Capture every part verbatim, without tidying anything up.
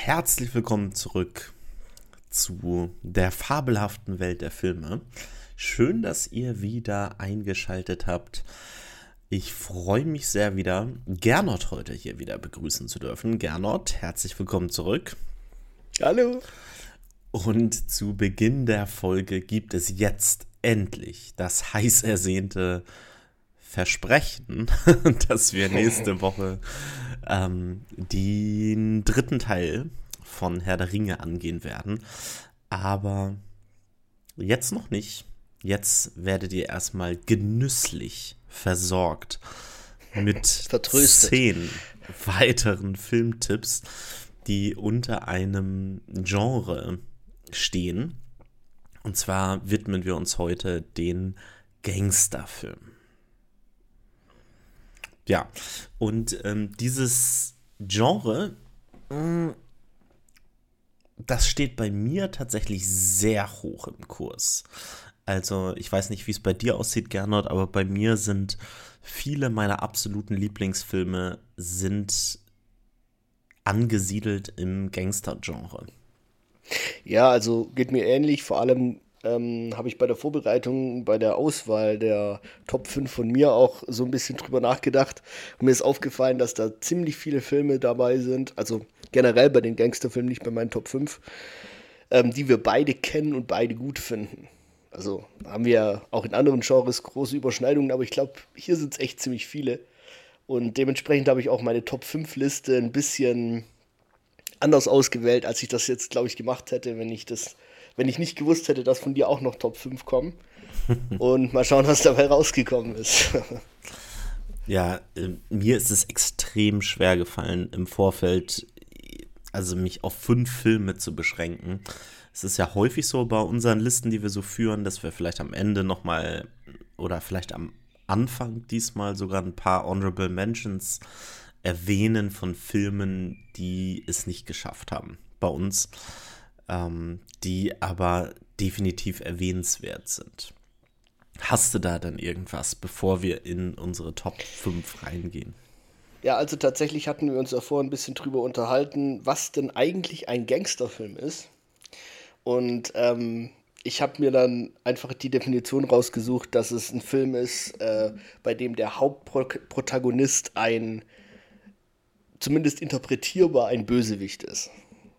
Herzlich willkommen zurück zu der fabelhaften Welt der Filme. Schön, dass ihr wieder eingeschaltet habt. Ich freue mich sehr wieder, Gernot heute hier wieder begrüßen zu dürfen. Gernot, herzlich willkommen zurück. Hallo. Und zu Beginn der Folge gibt es jetzt endlich das heiß ersehnte Versprechen, dass wir nächste Woche ähm, den dritten Teil von Herr der Ringe angehen werden. Aber jetzt noch nicht. Jetzt werdet ihr erstmal genüsslich versorgt mit zehn weiteren Filmtipps, die unter einem Genre stehen. Und zwar widmen wir uns heute den Gangsterfilm. Ja, und ähm, dieses Genre, mh, das steht bei mir tatsächlich sehr hoch im Kurs. Also ich weiß nicht, wie es bei dir aussieht, Gernot, aber bei mir sind viele meiner absoluten Lieblingsfilme sind angesiedelt im Gangster-Genre. Ja, also geht mir ähnlich. Vor allem ähm, habe ich bei der Vorbereitung, bei der Auswahl der Top fünf von mir auch so ein bisschen drüber nachgedacht. Und mir ist aufgefallen, dass da ziemlich viele Filme dabei sind, also generell bei den Gangsterfilmen, nicht bei meinen Top fünf, ähm, die wir beide kennen und beide gut finden. Also haben wir auch in anderen Genres große Überschneidungen, aber ich glaube, hier sind es echt ziemlich viele. Und dementsprechend habe ich auch meine Top fünf Liste ein bisschen anders ausgewählt, als ich das jetzt, glaube ich, gemacht hätte, wenn ich das, wenn ich nicht gewusst hätte, dass von dir auch noch Top fünf kommen. Und mal schauen, was dabei rausgekommen ist. Ja, äh, mir ist es extrem schwer gefallen, im Vorfeld, also mich auf fünf Filme zu beschränken. Es ist ja häufig so bei unseren Listen, die wir so führen, dass wir vielleicht am Ende nochmal oder vielleicht am Anfang diesmal sogar ein paar Honorable Mentions erwähnen von Filmen, die es nicht geschafft haben bei uns, ähm, die aber definitiv erwähnenswert sind. Hast du da dann irgendwas, bevor wir in unsere Top fünf reingehen? Ja, also tatsächlich hatten wir uns davor ein bisschen drüber unterhalten, was denn eigentlich ein Gangsterfilm ist. Und ähm, ich habe mir dann einfach die Definition rausgesucht, dass es ein Film ist, äh, bei dem der Hauptprotagonist ein, zumindest interpretierbar, ein Bösewicht ist.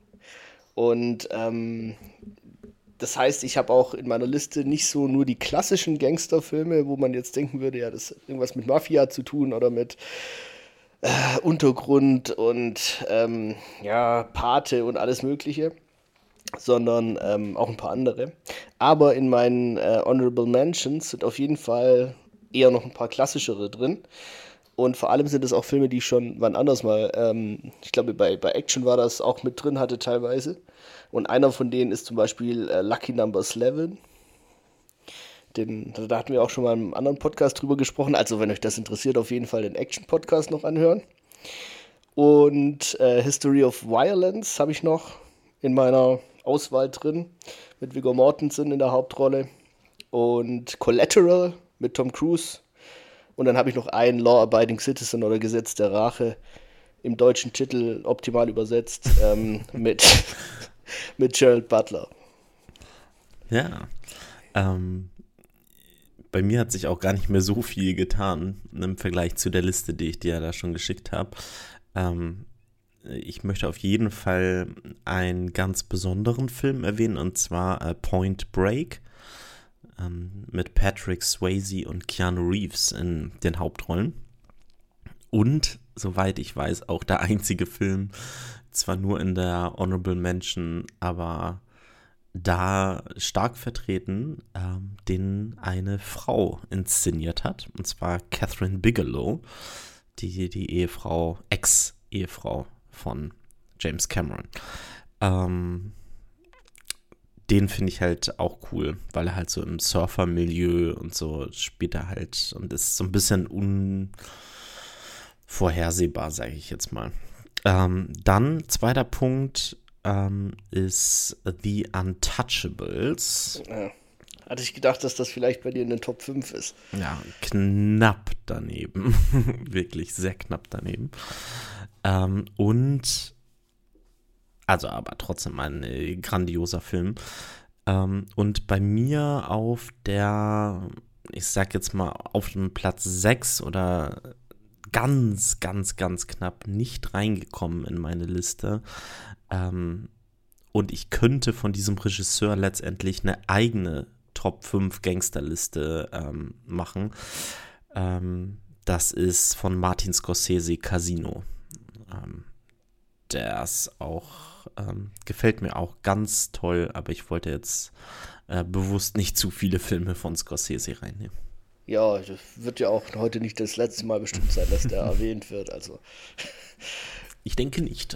Und ähm, das heißt, ich habe auch in meiner Liste nicht so nur die klassischen Gangsterfilme, wo man jetzt denken würde, ja, das hat irgendwas mit Mafia zu tun oder mit äh, Untergrund und ähm, ja, Pate und alles Mögliche, sondern ähm, auch ein paar andere. Aber in meinen äh, Honorable Mentions sind auf jeden Fall eher noch ein paar klassischere drin. Und vor allem sind es auch Filme, die ich schon wann anders mal, ähm, ich glaube bei, bei Action war das auch mit drin hatte teilweise. Und einer von denen ist zum Beispiel äh, Lucky Number elf. Den, da hatten wir auch schon mal in einem anderen Podcast drüber gesprochen. Also wenn euch das interessiert, auf jeden Fall den Action-Podcast noch anhören. Und äh, History of Violence habe ich noch in meiner Auswahl drin, mit Viggo Mortensen in der Hauptrolle. Und Collateral mit Tom Cruise. Und dann habe ich noch einen Law-Abiding Citizen oder Gesetz der Rache, im deutschen Titel optimal übersetzt, ähm, mit, mit Gerald Butler. Ja, ähm, bei mir hat sich auch gar nicht mehr so viel getan im Vergleich zu der Liste, die ich dir da schon geschickt habe. Ähm, ich möchte auf jeden Fall einen ganz besonderen Film erwähnen, und zwar äh, Point Break ähm, mit Patrick Swayze und Keanu Reeves in den Hauptrollen. Und, soweit ich weiß, auch der einzige Film, zwar nur in der Honorable Mention, aber da stark vertreten, ähm, den eine Frau inszeniert hat, und zwar Catherine Bigelow, die, die Ehefrau, Ex-Ehefrau von James Cameron. Ähm, den finde ich halt auch cool, weil er halt so im Surfer-Milieu und so spielt er halt und ist so ein bisschen unvorhersehbar, sage ich jetzt mal. Ähm, dann, zweiter Punkt, ähm, ist The Untouchables. Ja. Hatte ich gedacht, dass das vielleicht bei dir in den Top fünf ist. Ja, knapp daneben. Wirklich sehr knapp daneben. Ähm, und Also aber trotzdem ein äh, grandioser Film. Ähm, und bei mir auf der, ich sag jetzt mal, auf dem Platz sechs oder ganz, ganz, ganz knapp nicht reingekommen in meine Liste. Ähm, und ich könnte von diesem Regisseur letztendlich eine eigene Top fünf Gangsterliste ähm, machen. Ähm, das ist von Martin Scorsese, Casino. Ähm, der ist auch, ähm, gefällt mir auch ganz toll, aber ich wollte jetzt äh, bewusst nicht zu viele Filme von Scorsese reinnehmen. Ja, das wird ja auch heute nicht das letzte Mal bestimmt sein, dass der erwähnt wird. Also. Ich denke nicht.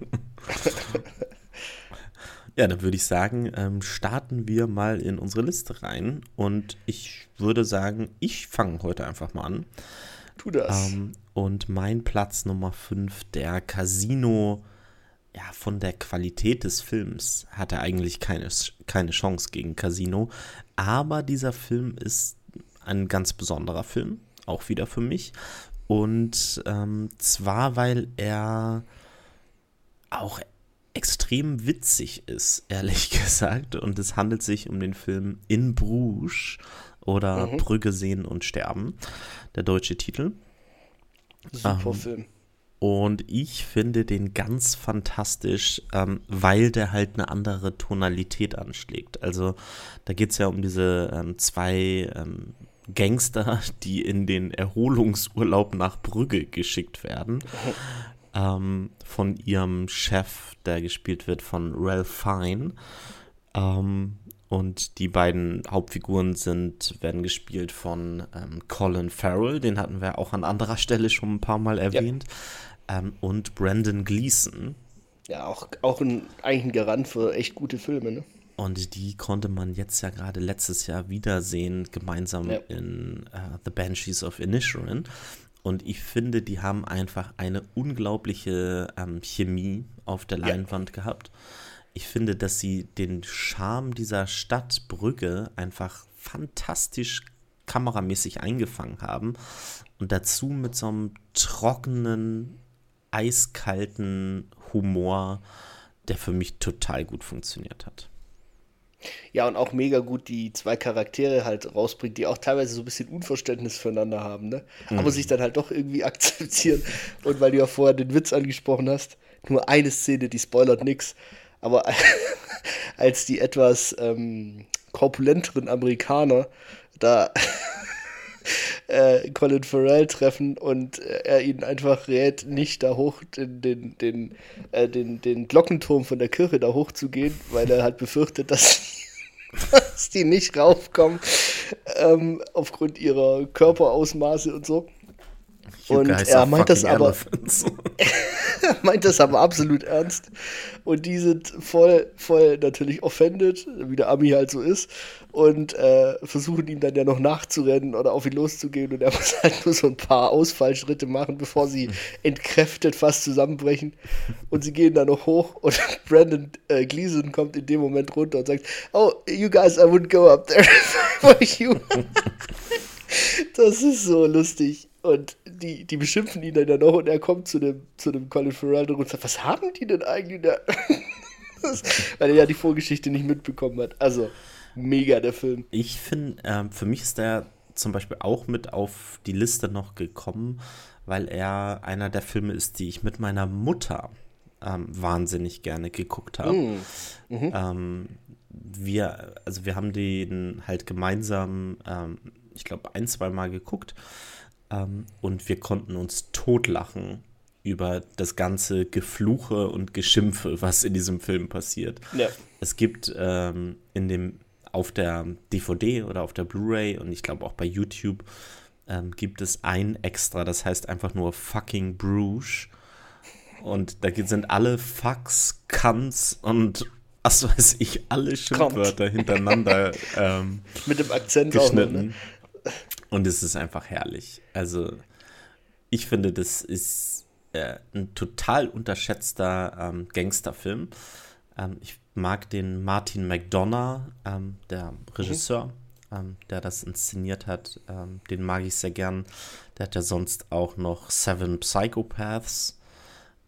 Ja, dann würde ich sagen, ähm, starten wir mal in unsere Liste rein. Und ich würde sagen, ich fange heute einfach mal an. Tu das. Ähm, und mein Platz Nummer fünf, der Casino, ja, von der Qualität des Films hat er eigentlich keine, keine Chance gegen Casino. Aber dieser Film ist ein ganz besonderer Film, auch wieder für mich. Und ähm, zwar, weil er auch extrem witzig ist, ehrlich gesagt. Und es handelt sich um den Film In Bruges oder Mhm. Brügge sehen und sterben, der deutsche Titel. Super Ähm, Film. Und ich finde den ganz fantastisch, ähm, weil der halt eine andere Tonalität anschlägt. Also da geht es ja um diese ähm, zwei ähm, Gangster, die in den Erholungsurlaub nach Brügge geschickt werden. Ähm, von ihrem Chef, der gespielt wird von Ralph Fiennes. Ähm, und die beiden Hauptfiguren sind, werden gespielt von ähm, Colin Farrell, den hatten wir auch an anderer Stelle schon ein paar Mal erwähnt, ja. ähm, und Brendan Gleeson. Ja, auch, auch ein, eigentlich ein Garant für echt gute Filme, ne? Und die konnte man jetzt ja gerade letztes Jahr wiedersehen, gemeinsam Ja. in uh, The Banshees of Inisherin. Und ich finde, die haben einfach eine unglaubliche ähm, Chemie auf der Leinwand ja. gehabt. Ich finde, dass sie den Charme dieser Stadt Brügge einfach fantastisch kameramäßig eingefangen haben. Und dazu mit so einem trockenen, eiskalten Humor, der für mich total gut funktioniert hat. Ja, und auch mega gut die zwei Charaktere halt rausbringt, die auch teilweise so ein bisschen Unverständnis füreinander haben, ne? Mhm. Aber sich dann halt doch irgendwie akzeptieren. Und weil du ja vorher den Witz angesprochen hast, nur eine Szene, die spoilert nix. Aber als die etwas ähm, korpulenteren Amerikaner da äh, Colin Farrell treffen und äh, er ihnen einfach rät, nicht da hoch den, den, den, äh, den, den Glockenturm von der Kirche da hochzugehen, weil er halt befürchtet, dass, dass die nicht raufkommen ähm, aufgrund ihrer Körperausmaße und so. Und er meint das aber er meint das aber absolut ernst. Und die sind voll, voll natürlich offended, wie der Ami halt so ist. Und äh, versuchen ihm dann ja noch nachzurennen oder auf ihn loszugehen. Und er muss halt nur so ein paar Ausfallschritte machen, bevor sie entkräftet fast zusammenbrechen. Und sie gehen dann noch hoch. Und Brendan äh, Gleeson kommt in dem Moment runter und sagt, oh, you guys, I wouldn't go up there for you. Das ist so lustig. Und die, die beschimpfen ihn dann ja noch und er kommt zu dem, zu dem Colin Farrell und sagt, was haben die denn eigentlich da? Das, weil er ja die Vorgeschichte nicht mitbekommen hat. Also, mega der Film. Ich finde, ähm, für mich ist der zum Beispiel auch mit auf die Liste noch gekommen, weil er einer der Filme ist, die ich mit meiner Mutter ähm, wahnsinnig gerne geguckt habe. Mm. Mhm. Ähm, wir, also wir haben den halt gemeinsam, ähm, ich glaube, ein, zwei Mal geguckt. Um, und wir konnten uns totlachen über das ganze Gefluche und Geschimpfe, was in diesem Film passiert. Ja. Es gibt ähm, in dem, auf der D V D oder auf der Blu-ray und ich glaube auch bei YouTube ähm, gibt es ein Extra, das heißt einfach nur fucking Bruges. Und da sind alle Fucks, Cunts und was weiß ich, alle Schimpfwörter Kommt. hintereinander ähm, mit dem Akzent geschnitten. Auch noch, ne? Und es ist einfach herrlich. Also ich finde, das ist äh, ein total unterschätzter ähm, Gangsterfilm. Ähm, ich mag den Martin McDonagh, ähm, der Regisseur, mhm. ähm, der das inszeniert hat. Ähm, den mag ich sehr gern. Der hat ja sonst auch noch Seven Psychopaths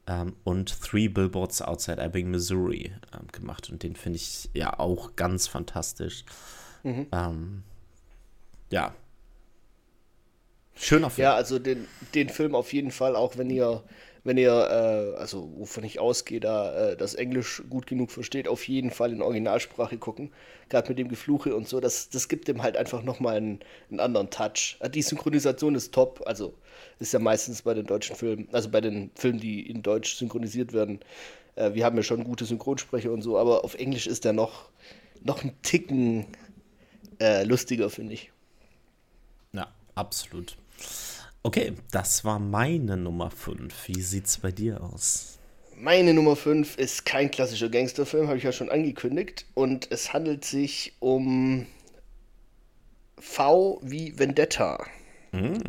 ähm, und Three Billboards Outside Ebbing, Missouri ähm, gemacht. Und den finde ich ja auch ganz fantastisch. Mhm. Ähm, ja. Schöner Film. Ja, also den, den Film auf jeden Fall, auch wenn ihr, wenn ihr, äh, also wovon ich ausgehe, da äh, das Englisch gut genug versteht, auf jeden Fall in Originalsprache gucken. Gerade mit dem Gefluche und so, das, das gibt dem halt einfach nochmal einen, einen anderen Touch. Äh, Die Synchronisation ist top, also ist ja meistens bei den deutschen Filmen, also bei den Filmen, die in Deutsch synchronisiert werden. Äh, wir haben ja schon gute Synchronsprecher und so, aber auf Englisch ist der noch, noch ein Ticken äh, lustiger, finde ich. Ja, absolut. Okay, das war meine Nummer fünf. Wie sieht's bei dir aus? Meine Nummer fünf ist kein klassischer Gangsterfilm, habe ich ja schon angekündigt. Und es handelt sich um V wie Vendetta. Hm,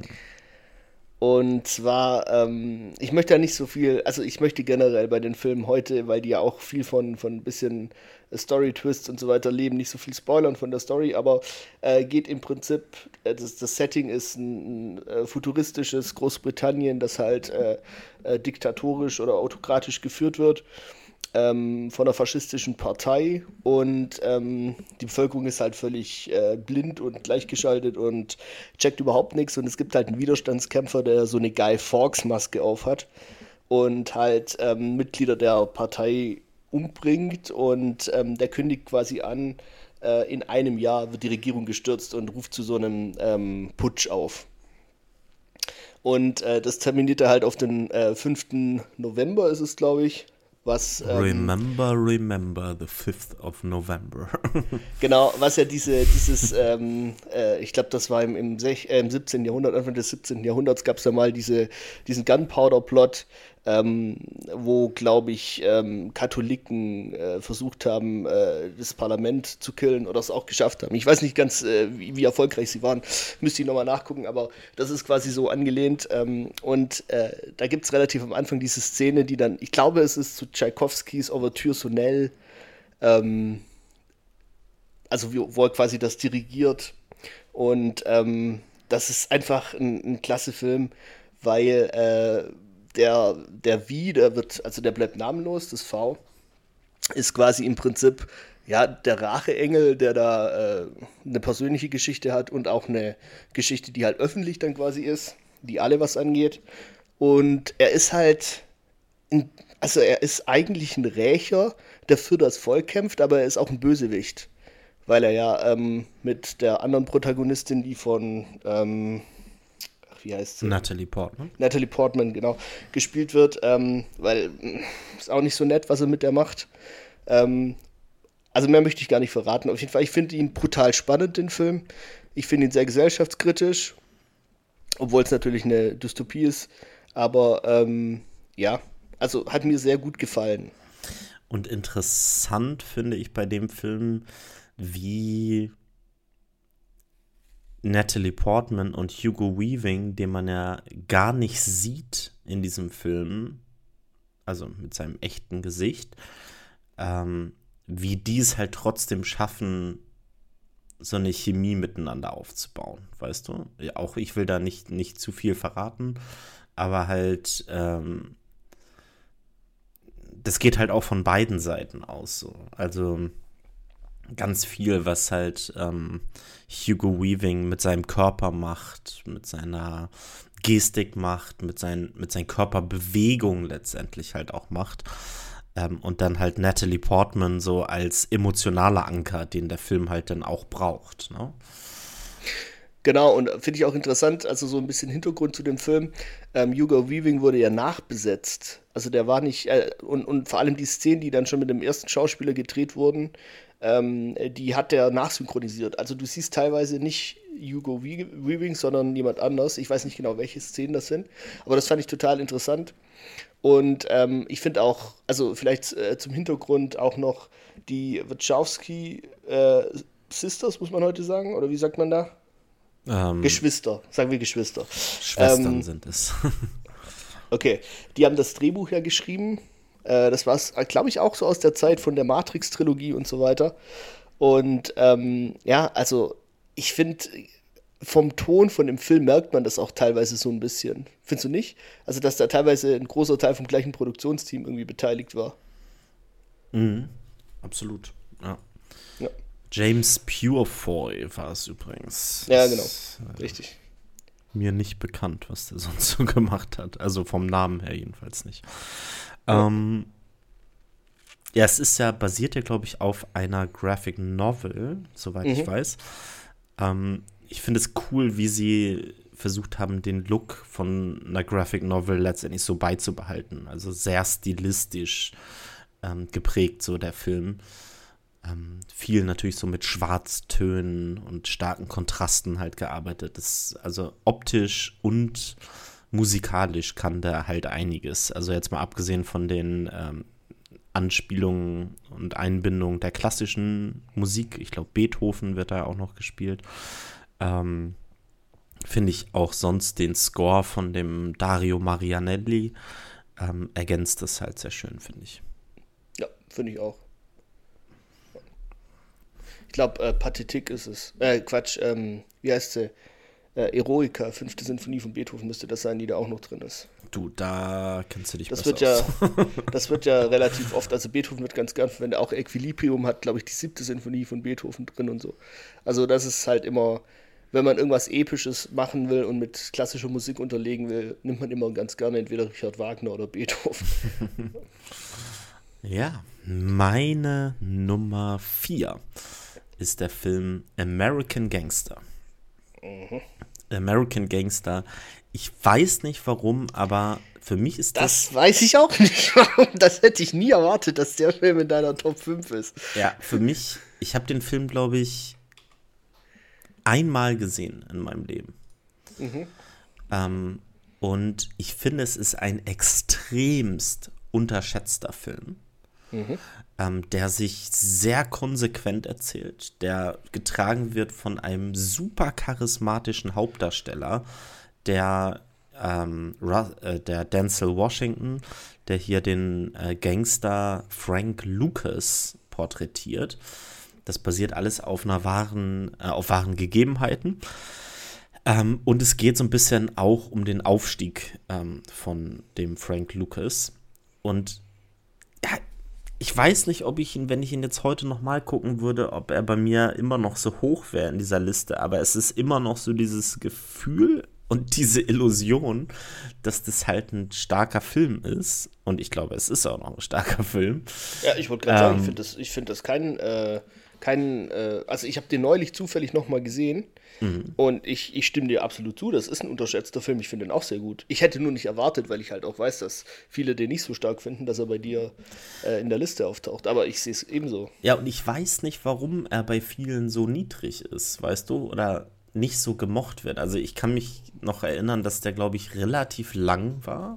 Und zwar, ähm, ich möchte ja nicht so viel, also ich möchte generell bei den Filmen heute, weil die ja auch viel von, von ein bisschen Story-Twists und so weiter leben, nicht so viel spoilern von der Story, aber äh, geht im Prinzip, äh, das, das Setting ist ein, ein äh, futuristisches Großbritannien, das halt äh, äh, diktatorisch oder autokratisch geführt wird ähm, von einer faschistischen Partei und ähm, die Bevölkerung ist halt völlig äh, blind und gleichgeschaltet und checkt überhaupt nichts und es gibt halt einen Widerstandskämpfer, der so eine Guy Fawkes Maske aufhat und halt ähm, Mitglieder der Partei umbringt und ähm, der kündigt quasi an, äh, in einem Jahr wird die Regierung gestürzt und ruft zu so einem ähm, Putsch auf. Und äh, das terminiert er halt auf den äh, fünften November ist es, glaube ich, was ähm, Remember, remember the fifth of November. genau, was ja diese, dieses, ähm, äh, ich glaube, das war im, im, sech, äh, im siebzehnten. Jahrhundert, Anfang des siebzehnten. Jahrhunderts gab es ja mal diese, diesen Gunpowder-Plot, ähm, wo, glaube ich, ähm, Katholiken äh, versucht haben, äh, das Parlament zu killen oder es auch geschafft haben. Ich weiß nicht ganz, äh, wie, wie erfolgreich sie waren, müsste ich nochmal nachgucken, aber das ist quasi so angelehnt. Ähm, und äh, da gibt es relativ am Anfang diese Szene, die dann, ich glaube, es ist zu Tschaikowskis Ouverture Sonnell, ähm, also wie, wo er quasi das dirigiert. Und ähm, das ist einfach ein, ein klasse Film, weil äh, der, der Wie, der wird, also der bleibt namenlos, das V, ist quasi im Prinzip ja der Racheengel, der da äh, eine persönliche Geschichte hat und auch eine Geschichte, die halt öffentlich dann quasi ist, die alle was angeht. Und er ist halt, ein, also er ist eigentlich ein Rächer, der für das Volk kämpft, aber er ist auch ein Bösewicht weil er ja ähm, mit der anderen Protagonistin, die von, ähm, ach, wie heißt sie? Natalie Portman. Natalie Portman, genau, gespielt wird, ähm, weil mh, ist auch nicht so nett, was er mit der macht. Ähm, also mehr möchte ich gar nicht verraten. Auf jeden Fall, ich finde ihn brutal spannend, den Film. Ich finde ihn sehr gesellschaftskritisch, obwohl es natürlich eine Dystopie ist. Aber ähm, ja, also hat mir sehr gut gefallen. Und interessant finde ich bei dem Film, wie Natalie Portman und Hugo Weaving, den man ja gar nicht sieht in diesem Film, also mit seinem echten Gesicht, ähm, wie die es halt trotzdem schaffen, so eine Chemie miteinander aufzubauen, weißt du? Ja, auch ich will da nicht, nicht zu viel verraten, aber halt, ähm, das geht halt auch von beiden Seiten aus so. Also ganz viel, was halt ähm, Hugo Weaving mit seinem Körper macht, mit seiner Gestik macht, mit, sein, mit seinen Körperbewegungen letztendlich halt auch macht. Ähm, und dann halt Natalie Portman so als emotionaler Anker, den der Film halt dann auch braucht. Ne? Genau, und finde ich auch interessant, also so ein bisschen Hintergrund zu dem Film. Ähm, Hugo Weaving wurde ja nachbesetzt. Also der war nicht, äh, und, und vor allem die Szenen, die dann schon mit dem ersten Schauspieler gedreht wurden, ähm, die hat der nachsynchronisiert. Also du siehst teilweise nicht Hugo Weaving, sondern jemand anders. Ich weiß nicht genau, welche Szenen das sind, aber das fand ich total interessant. Und ähm, ich finde auch, also vielleicht äh, zum Hintergrund auch noch die Wachowski äh, Sisters, muss man heute sagen, oder wie sagt man da? Ähm, Geschwister, sagen wir Geschwister. Schwestern Ähm, sind es. okay, die haben das Drehbuch ja geschrieben. Äh, das war, glaube ich, auch so aus der Zeit von der Matrix-Trilogie und so weiter. Und ähm, ja, also ich finde, vom Ton von dem Film merkt man das auch teilweise so ein bisschen. Findest du nicht? Also, dass da teilweise ein großer Teil vom gleichen Produktionsteam irgendwie beteiligt war. Mhm. Absolut, ja. Ja, James Purefoy war es übrigens. ja genau. Ist, äh, Richtig. mir nicht bekannt, was der sonst so gemacht hat. Also vom Namen her jedenfalls nicht. Ja. Ähm, ja, es ist ja, basiert ja, glaube ich, auf einer Graphic Novel, soweit ich Mhm. weiß. Ähm, ich finde es cool, wie sie versucht haben, den Look von einer Graphic Novel letztendlich so beizubehalten. Also sehr stilistisch ähm, geprägt, so der Film. Ähm, viel natürlich so mit Schwarztönen und starken Kontrasten halt gearbeitet. Das, also optisch und musikalisch kann der halt einiges. Also jetzt mal abgesehen von den ähm, Anspielungen und Einbindungen der klassischen Musik. Ich glaube, Beethoven wird da auch noch gespielt. Ähm, Finde ich auch sonst den Score von dem Dario Marianelli ähm, ergänzt das halt sehr schön, finde ich. Ja, finde ich auch. Ich glaube, äh, Pathetik ist es. Äh, Quatsch, ähm, wie heißt sie? Äh, Eroica, fünfte Sinfonie von Beethoven müsste das sein, die da auch noch drin ist. Du, da kennst du dich Das besser wird ja, aus. das wird ja relativ oft, also Beethoven wird ganz gern verwendet, auch Equilibrium hat, glaube ich, die siebte Sinfonie von Beethoven drin und so. Also das ist halt immer, wenn man irgendwas Episches machen will und mit klassischer Musik unterlegen will, nimmt man immer ganz gerne entweder Richard Wagner oder Beethoven. Ja, meine Nummer vier ist der Film American Gangster. American Gangster. Ich weiß nicht warum, aber für mich ist das, Das weiß ich auch nicht, warum. Das hätte ich nie erwartet, dass der Film in deiner Top fünf ist. ja, für mich, ich habe den Film, glaube ich, einmal gesehen in meinem Leben. Mhm. Ähm, und ich finde, es ist ein extremst unterschätzter Film, Mhm. ähm, der sich sehr konsequent erzählt, der getragen wird von einem super charismatischen Hauptdarsteller, der, ähm, Ru- äh, der Denzel Washington, der hier den äh, Gangster Frank Lucas porträtiert. Das basiert alles auf einer wahren, äh, auf wahren Gegebenheiten. Ähm, und es geht so ein bisschen auch um den Aufstieg ähm, von dem Frank Lucas. Und ja, ich weiß nicht, ob ich ihn, wenn ich ihn jetzt heute nochmal gucken würde, ob er bei mir immer noch so hoch wäre in dieser Liste. Aber es ist immer noch so dieses Gefühl und diese Illusion, dass das halt ein starker Film ist. Und ich glaube, es ist auch noch ein starker Film. Ja, ich wollte gerade sagen, ich Ähm, finde das, ich find das kein, äh, kein äh, also ich habe den neulich zufällig nochmal gesehen und ich, ich stimme dir absolut zu, das ist ein unterschätzter Film, ich finde den auch sehr gut. Ich hätte nur nicht erwartet, weil ich halt auch weiß, dass viele den nicht so stark finden, dass er bei dir äh, in der Liste auftaucht, aber ich sehe es ebenso. Ja, und ich weiß nicht, warum er bei vielen so niedrig ist, weißt du, oder nicht so gemocht wird. Also ich kann mich noch erinnern, dass der, glaube ich, relativ lang war.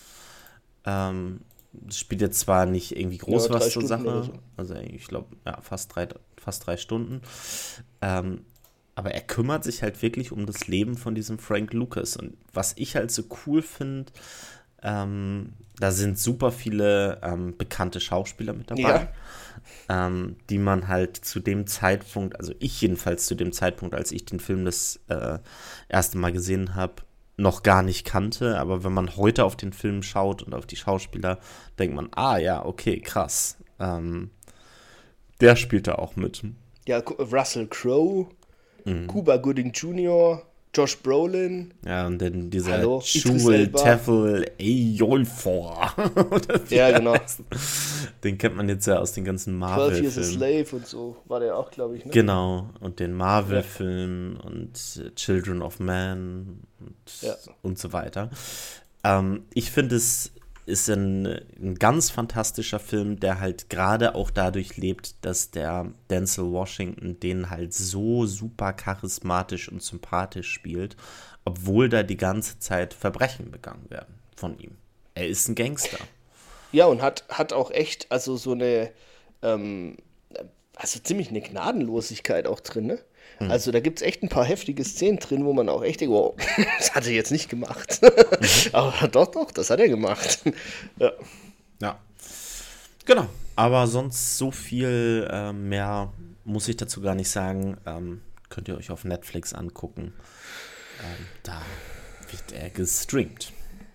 Ähm, das spielt jetzt zwar nicht irgendwie groß Ja, was drei zur Stunden oder Sache, so. also ich glaube, ja, fast drei, fast drei Stunden. Ähm, aber er kümmert sich halt wirklich um das Leben von diesem Frank Lucas. Und was ich halt so cool finde, ähm, da sind super viele ähm, bekannte Schauspieler mit dabei, Ja, ähm, die man halt zu dem Zeitpunkt, also ich jedenfalls zu dem Zeitpunkt, als ich den Film das äh, erste Mal gesehen habe, noch gar nicht kannte. Aber wenn man heute auf den Film schaut und auf die Schauspieler, denkt man, ah ja, okay, krass. Ähm, der spielt da auch mit. ja, Ku- Russell Crowe, Cuba Gooding Junior, Josh Brolin, Ja, und dann dieser hallo, Idris Jewel Elba. Tefel Ejolfor. Oder wie Ja, der genau. heißt. Den kennt man jetzt ja aus den ganzen twelve Years a Marvel-Filmen. Slave und so, war der auch, glaube ich, ne? Genau, und den Marvel-Film und äh, Children of Man und, Ja. und so weiter. Ähm, ich finde, es ist ein, ein ganz fantastischer Film, der halt gerade auch dadurch lebt, dass der Denzel Washington den halt so super charismatisch und sympathisch spielt, obwohl da die ganze Zeit Verbrechen begangen werden von ihm. Er ist ein Gangster. Ja, und hat, hat auch echt, also so eine, ähm, also ziemlich eine Gnadenlosigkeit auch drin, ne? Also da gibt es echt ein paar heftige Szenen drin, wo man auch echt denkt, wow, das hat er jetzt nicht gemacht. Aber doch, doch, das hat er gemacht. Ja. Ja. Genau. Aber sonst so viel äh, mehr muss ich dazu gar nicht sagen. Ähm, könnt ihr euch auf Netflix angucken. Ähm, da wird er gestreamt.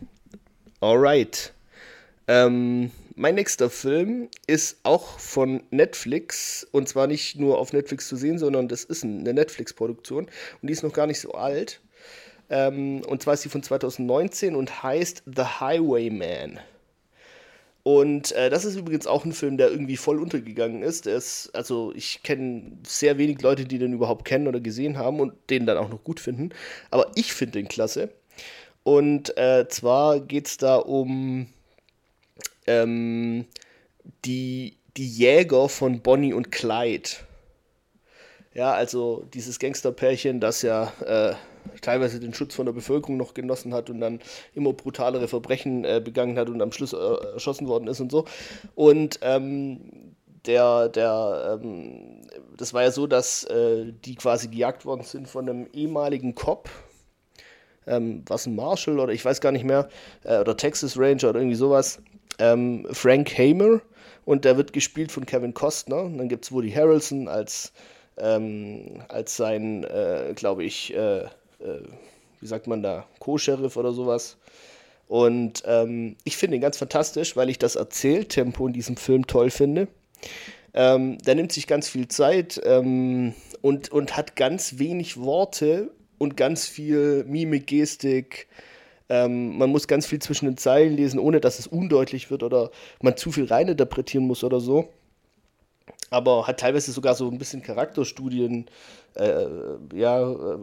Alright. Ähm, mein nächster Film ist auch von Netflix und zwar nicht nur auf Netflix zu sehen, sondern das ist eine Netflix-Produktion und die ist noch gar nicht so alt. Ähm, und zwar ist sie von zwanzig neunzehn und heißt The Highwayman. Und äh, das ist übrigens auch ein Film, der irgendwie voll untergegangen ist. Der ist, also ich kenne sehr wenig Leute, die den überhaupt kennen oder gesehen haben und den dann auch noch gut finden. Aber ich finde den klasse. Und äh, zwar geht es da um ähm, die, die Jäger von Bonnie und Clyde. Ja, also dieses Gangsterpärchen, das ja äh, teilweise den Schutz von der Bevölkerung noch genossen hat und dann immer brutalere Verbrechen äh, begangen hat und am Schluss äh, erschossen worden ist und so. Und ähm, der, der, ähm, das war ja so, dass äh, die quasi gejagt worden sind von einem ehemaligen Cop, ähm, was ein Marshal oder ich weiß gar nicht mehr, äh, oder Texas Ranger oder irgendwie sowas, ähm, Frank Hamer, und der wird gespielt von Kevin Costner. Und dann gibt es Woody Harrelson als, ähm, als sein, äh, glaube ich, äh, äh, wie sagt man da, Co-Sheriff oder sowas. Und ähm, ich finde ihn ganz fantastisch, weil ich das Erzähltempo in diesem Film toll finde. Ähm, der nimmt sich ganz viel Zeit ähm, und, und hat ganz wenig Worte und ganz viel Mimik, Gestik. Ähm, man muss ganz viel zwischen den Zeilen lesen, ohne dass es undeutlich wird oder man zu viel reininterpretieren muss oder so. Aber hat teilweise sogar so ein bisschen Charakterstudien, äh, ja, äh,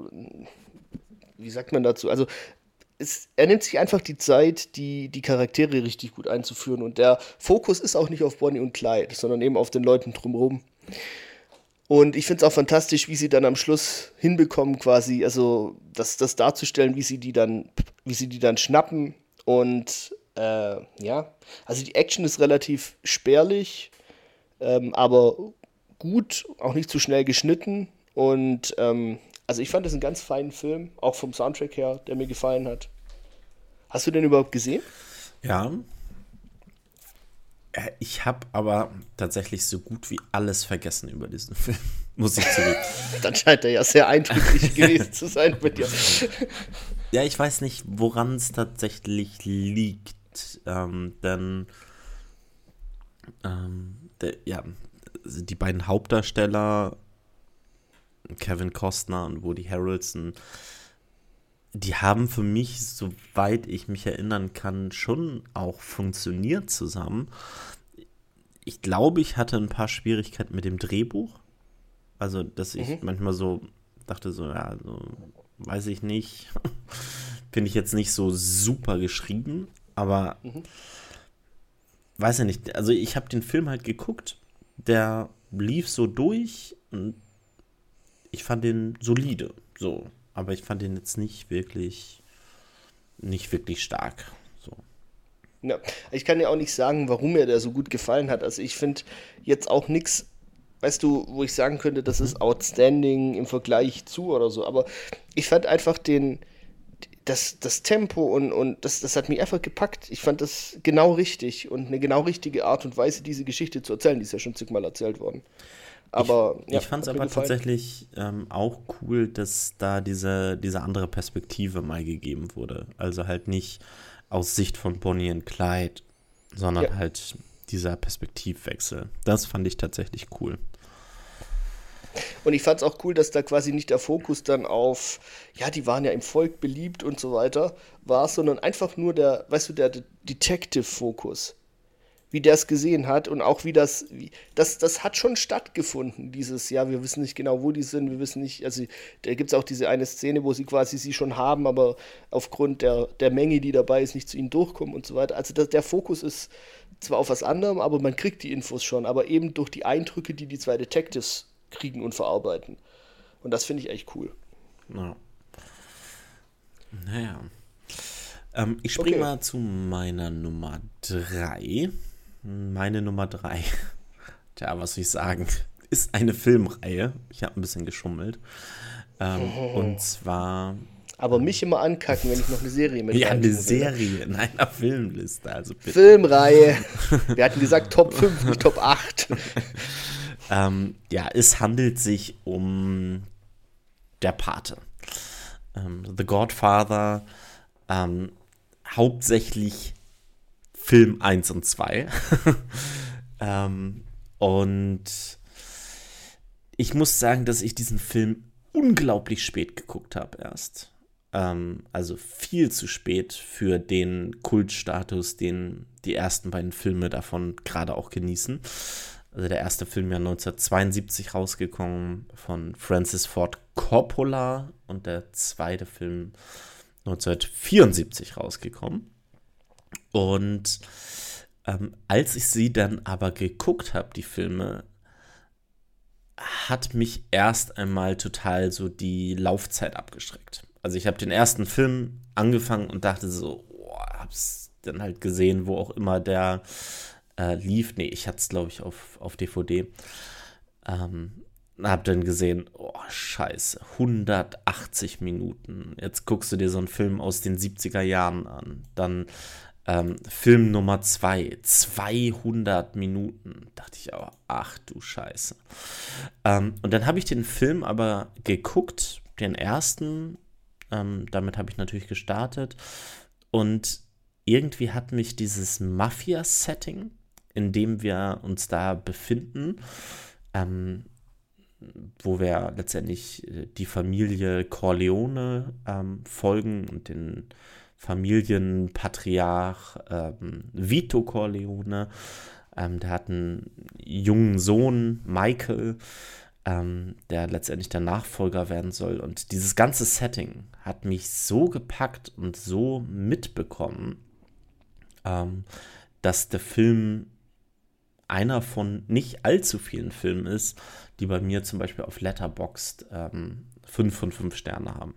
wie sagt man dazu? Also es, er nimmt sich einfach die Zeit, die, die Charaktere richtig gut einzuführen. Und der Fokus ist auch nicht auf Bonnie und Clyde, sondern eben auf den Leuten drumherum. Und ich finde es auch fantastisch, wie sie dann am Schluss hinbekommen, quasi, also das, das darzustellen, wie sie die dann, wie sie die dann schnappen. Und äh, ja, also die Action ist relativ spärlich, ähm, aber gut, auch nicht zu schnell geschnitten. Und ähm, also ich fand das einen ganz feinen Film, auch vom Soundtrack her, der mir gefallen hat. Hast du den überhaupt gesehen? Ja. Ich habe aber tatsächlich so gut wie alles vergessen über diesen Film, muss ich zugeben. Dann scheint er ja sehr eindrücklich gewesen zu sein bei dir. Ja, ich weiß nicht, woran es tatsächlich liegt, ähm, denn ähm, der, ja, also die beiden Hauptdarsteller, Kevin Costner und Woody Harrelson, die haben für mich, soweit ich mich erinnern kann, schon auch funktioniert zusammen. Ich glaube, ich hatte ein paar Schwierigkeiten mit dem Drehbuch. Also, dass ich mhm. manchmal so dachte, so, ja, so, weiß ich nicht. Finde ich jetzt nicht so super geschrieben, aber mhm. weiß ja nicht. Also, ich habe den Film halt geguckt, der lief so durch und ich fand den solide, so. Aber ich fand den jetzt nicht wirklich, nicht wirklich stark. So. Ja, ich kann ja auch nicht sagen, warum mir der so gut gefallen hat. Also ich finde jetzt auch nichts, weißt du, wo ich sagen könnte, das ist outstanding im Vergleich zu oder so. Aber ich fand einfach den, das, das Tempo und, und das, das hat mich einfach gepackt. Ich fand das genau richtig und eine genau richtige Art und Weise, diese Geschichte zu erzählen. Die ist ja schon zigmal erzählt worden. Aber, ich ja, ich fand es aber gefallen. tatsächlich ähm, auch cool, dass da diese, diese andere Perspektive mal gegeben wurde. Also halt nicht aus Sicht von Bonnie und Clyde, sondern ja. halt dieser Perspektivwechsel. Das fand ich tatsächlich cool. Und ich fand es auch cool, dass da quasi nicht der Fokus dann auf, ja, die waren ja im Volk beliebt und so weiter, war, sondern einfach nur der, weißt du, der Detective-Fokus. Wie der es gesehen hat und auch wie das, wie, das, das hat schon stattgefunden, dieses, ja, wir wissen nicht genau, wo die sind, wir wissen nicht, also da gibt es auch diese eine Szene, wo sie quasi sie schon haben, aber aufgrund der, der Menge, die dabei ist, nicht zu ihnen durchkommen und so weiter. Also das, der Fokus ist zwar auf was anderem, aber man kriegt die Infos schon, aber eben durch die Eindrücke, die die zwei Detectives kriegen und verarbeiten. Und das finde ich echt cool. Ja. Naja. Ähm, ich springe okay. mal zu meiner Nummer drei. Meine Nummer drei, tja, was soll ich sagen, ist eine Filmreihe. Ich habe ein bisschen geschummelt. Ähm, oh. Und zwar... Aber mich immer ankacken, wenn ich noch eine Serie mit Ja, eine Serie in einer Filmliste, also bitte. Filmreihe. Wir hatten gesagt Top fünf, nicht Top acht. ähm, ja, es handelt sich um der Pate. Ähm, The Godfather, ähm, hauptsächlich Film eins und zwei. ähm, und ich muss sagen, dass ich diesen Film unglaublich spät geguckt habe erst. Ähm, also viel zu spät für den Kultstatus, den die ersten beiden Filme davon gerade auch genießen. Also der erste Film ja neunzehnhundertzweiundsiebzig rausgekommen von Francis Ford Coppola und der zweite Film neunzehnhundertvierundsiebzig rausgekommen. Und ähm, als ich sie dann aber geguckt habe, die Filme, hat mich erst einmal total so die Laufzeit abgeschreckt. Also ich habe den ersten Film angefangen und dachte so, oh, hab's dann halt gesehen, wo auch immer der äh, lief. Nee, ich hatte es, glaube ich, auf, auf D V D. Ähm, hab dann gesehen, oh, scheiße, hundertachtzig Minuten. Jetzt guckst du dir so einen Film aus den siebziger Jahren an. Dann ähm, Film Nummer zwei, zweihundert Minuten. Dachte ich auch, ach du Scheiße. Ähm, und dann habe ich den Film aber geguckt, den ersten. Ähm, damit habe ich natürlich gestartet. Und irgendwie hat mich dieses Mafia-Setting, in dem wir uns da befinden, ähm, wo wir letztendlich die Familie Corleone ähm, folgen und den Familienpatriarch ähm, Vito Corleone. Ähm, der hat einen jungen Sohn, Michael, ähm, der letztendlich der Nachfolger werden soll. Und dieses ganze Setting hat mich so gepackt und so mitbekommen, ähm, dass der Film einer von nicht allzu vielen Filmen ist, die bei mir zum Beispiel auf Letterboxd ähm, fünf von fünf Sterne haben.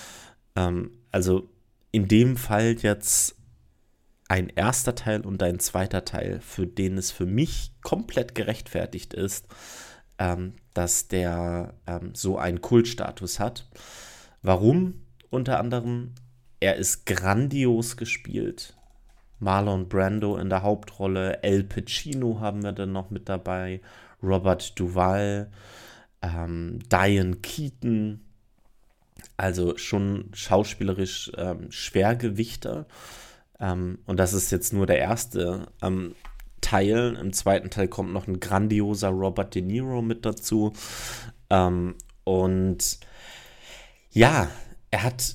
Ähm, also in dem Fall jetzt ein erster Teil und ein zweiter Teil, für den es für mich komplett gerechtfertigt ist, ähm, dass der ähm, so einen Kultstatus hat. Warum? Unter anderem, er ist grandios gespielt. Marlon Brando in der Hauptrolle, Al Pacino haben wir dann noch mit dabei, Robert Duvall, ähm, Diane Keaton, also schon schauspielerisch ähm, Schwergewichter. Ähm, und das ist jetzt nur der erste ähm, Teil. Im zweiten Teil kommt noch ein grandioser Robert De Niro mit dazu. Ähm, und ja, er hat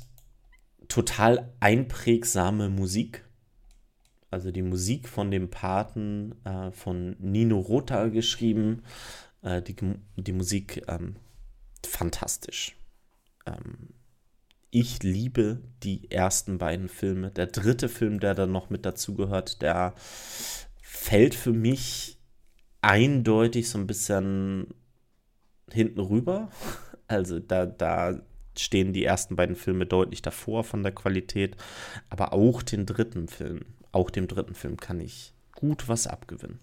total einprägsame Musik. Also die Musik von dem Paten äh, von Nino Rota geschrieben. Äh, die, die Musik ähm, fantastisch. Ähm, ich liebe die ersten beiden Filme. Der dritte Film, der dann noch mit dazugehört, der fällt für mich eindeutig so ein bisschen hinten rüber. Also da, da stehen die ersten beiden Filme deutlich davor von der Qualität. Aber auch den dritten Film, auch dem dritten Film kann ich gut was abgewinnen.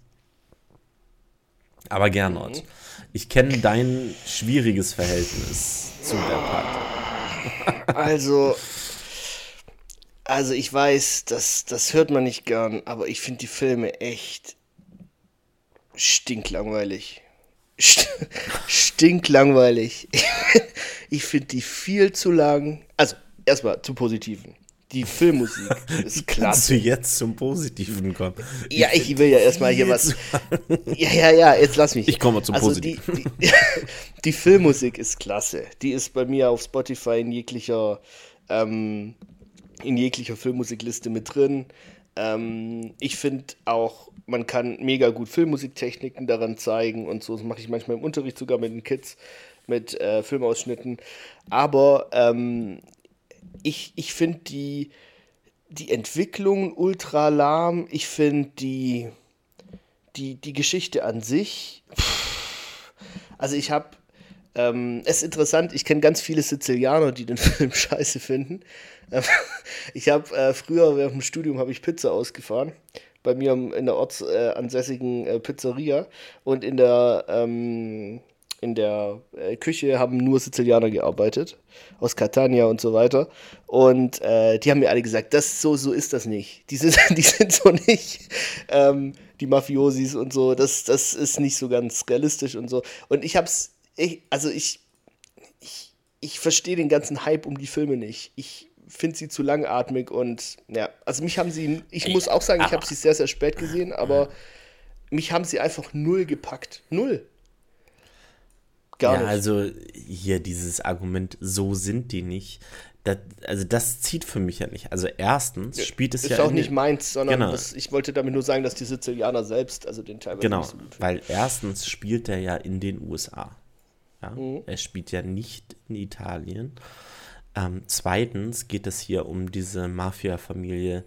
Aber Gernot, mhm. ich kenne dein schwieriges Verhältnis zu der Pate. Also, also ich weiß, das, das hört man nicht gern, aber ich finde die Filme echt stinklangweilig. St- stinklangweilig. Ich finde die viel zu lang. Also, erstmal zum Positiven. Die Filmmusik ist klasse. Kannst du jetzt zum Positiven kommen? Ja, ich, ich will ja erstmal hier was. Ja, ja, ja, jetzt lass mich. Ich komme zum also Positiven. Die, die, die Filmmusik ist klasse. Die ist bei mir auf Spotify in jeglicher, ähm, in jeglicher Filmmusikliste mit drin. Ähm, ich finde auch, man kann mega gut Filmmusiktechniken daran zeigen und so. Das mache ich manchmal im Unterricht sogar mit den Kids, mit äh, Filmausschnitten. Aber ähm, Ich, ich finde die, die Entwicklung ultra lahm. Ich finde die, die, die Geschichte an sich. Pff, also ich habe, ähm, es ist interessant, ich kenne ganz viele Sizilianer, die den Film scheiße finden. Ähm, ich habe äh, früher während dem Studium habe ich Pizza ausgefahren. Bei mir in der ortsansässigen äh, Pizzeria. Und in der ähm, in der äh, Küche haben nur Sizilianer gearbeitet, aus Catania und so weiter. Und äh, die haben mir alle gesagt, das so, so ist das nicht. Die sind, die sind so nicht, ähm, die Mafiosis und so, das, das ist nicht so ganz realistisch und so. Und ich hab's, ich, also ich, ich, ich verstehe den ganzen Hype um die Filme nicht. Ich finde sie zu langatmig und ja, also mich haben sie, ich muss auch sagen, ich habe sie sehr, sehr spät gesehen, aber mich haben sie einfach null gepackt. Null. Gar Ja, nicht. also hier dieses Argument, so sind die nicht. Das, also das zieht für mich ja nicht. Also erstens spielt es Ist ja auch in nicht den- meins, sondern Genau. das, ich wollte damit nur sagen, dass die Sizilianer selbst, also den teilweise Genau, nicht so gut finden. weil erstens spielt er ja in den U S A. Ja? Mhm. Er spielt ja nicht in Italien. Ähm, zweitens geht es hier um diese Mafia-Familie.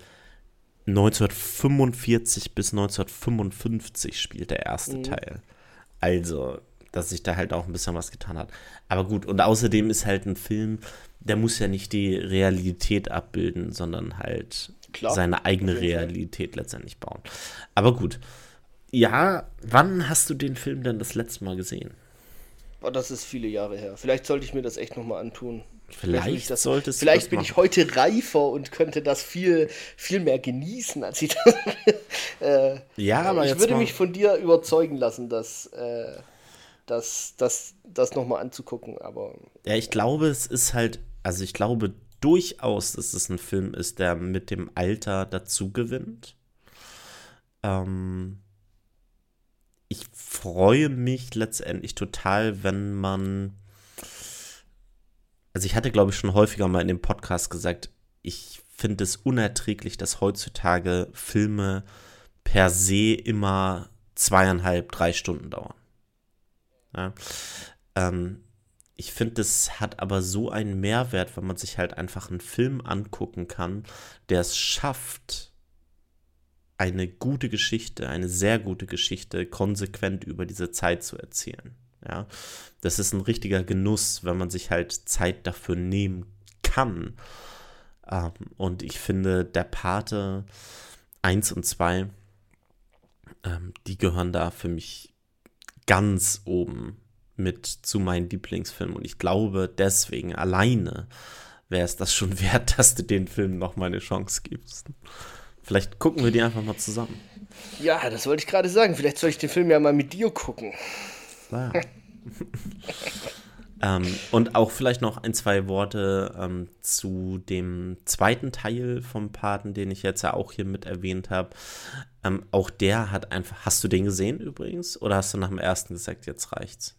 neunzehnhundertfünfundvierzig bis neunzehnhundertfünfundfünfzig spielt der erste Mhm. Teil. Also, dass sich da halt auch ein bisschen was getan hat. Aber gut, und außerdem ist halt ein Film, der muss ja nicht die Realität abbilden, sondern halt Klar, seine eigene auf jeden Fall. Realität letztendlich bauen. Aber gut. Ja, wann hast du den Film denn das letzte Mal gesehen? Boah, das ist viele Jahre her. Vielleicht sollte ich mir das echt nochmal antun. Vielleicht will ich das, solltest du vielleicht das bin machen. ich heute reifer und könnte das viel, viel mehr genießen, als ich das. äh, Ja, aber ich jetzt würde mal- mich von dir überzeugen lassen, dass, äh, dass, dass, das nochmal anzugucken, aber Ja, ich glaube, es ist halt, also ich glaube durchaus, dass es ein Film ist, der mit dem Alter dazu gewinnt. Ähm, ich freue mich letztendlich total, wenn man, also ich hatte, glaube ich, schon häufiger mal in dem Podcast gesagt, ich finde es unerträglich, dass heutzutage Filme per se immer zweieinhalb, drei Stunden dauern. Ja. Ähm, ich finde, es hat aber so einen Mehrwert, wenn man sich halt einfach einen Film angucken kann, der es schafft, eine gute Geschichte, eine sehr gute Geschichte konsequent über diese Zeit zu erzählen. Ja, das ist ein richtiger Genuss, wenn man sich halt Zeit dafür nehmen kann. Ähm, und ich finde, der Pate eins und zwei, ähm, die gehören da für mich ganz oben mit zu meinen Lieblingsfilmen. Und ich glaube, deswegen alleine wäre es das schon wert, dass du den Film noch mal eine Chance gibst. Vielleicht gucken wir die einfach mal zusammen. ja, das wollte ich gerade sagen. Vielleicht soll ich den Film ja mal mit dir gucken. Ja. ähm, und auch vielleicht noch ein, zwei Worte ähm, zu dem zweiten Teil vom Paten, den ich jetzt ja auch hier mit erwähnt habe. Ähm, auch der hat einfach, hast du den gesehen übrigens? Oder hast du nach dem ersten gesagt, jetzt reicht's?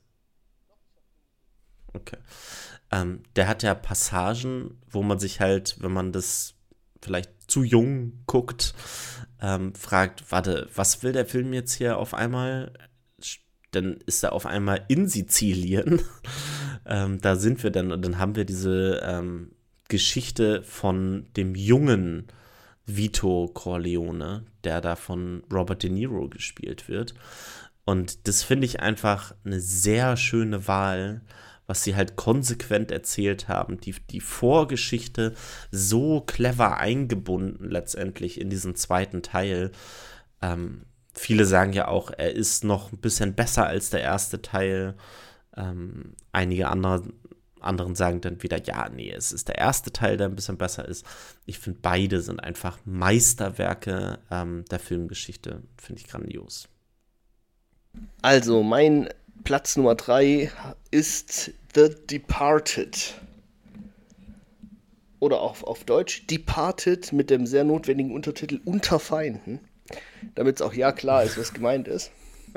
Okay. Ähm, der hat ja Passagen, wo man sich halt, wenn man das vielleicht zu jung guckt, ähm, fragt, warte, was will der Film jetzt hier auf einmal? Dann ist er auf einmal in Sizilien. ähm, da sind wir dann und dann haben wir diese ähm, Geschichte von dem jungen Vito Corleone, der da von Robert De Niro gespielt wird. Und das finde ich einfach eine sehr schöne Wahl, was sie halt konsequent erzählt haben. Die, die Vorgeschichte so clever eingebunden letztendlich in diesen zweiten Teil. Ähm, viele sagen ja auch, er ist noch ein bisschen besser als der erste Teil. Ähm, einige andere, anderen sagen dann wieder, ja, nee, es ist der erste Teil, der ein bisschen besser ist. Ich finde, beide sind einfach Meisterwerke ähm, der Filmgeschichte. Finde ich grandios. Also, mein Platz Nummer drei ist The Departed. Oder auch auf Deutsch Departed mit dem sehr notwendigen Untertitel Unter Feinden. Damit es auch ja klar ist, was gemeint ist.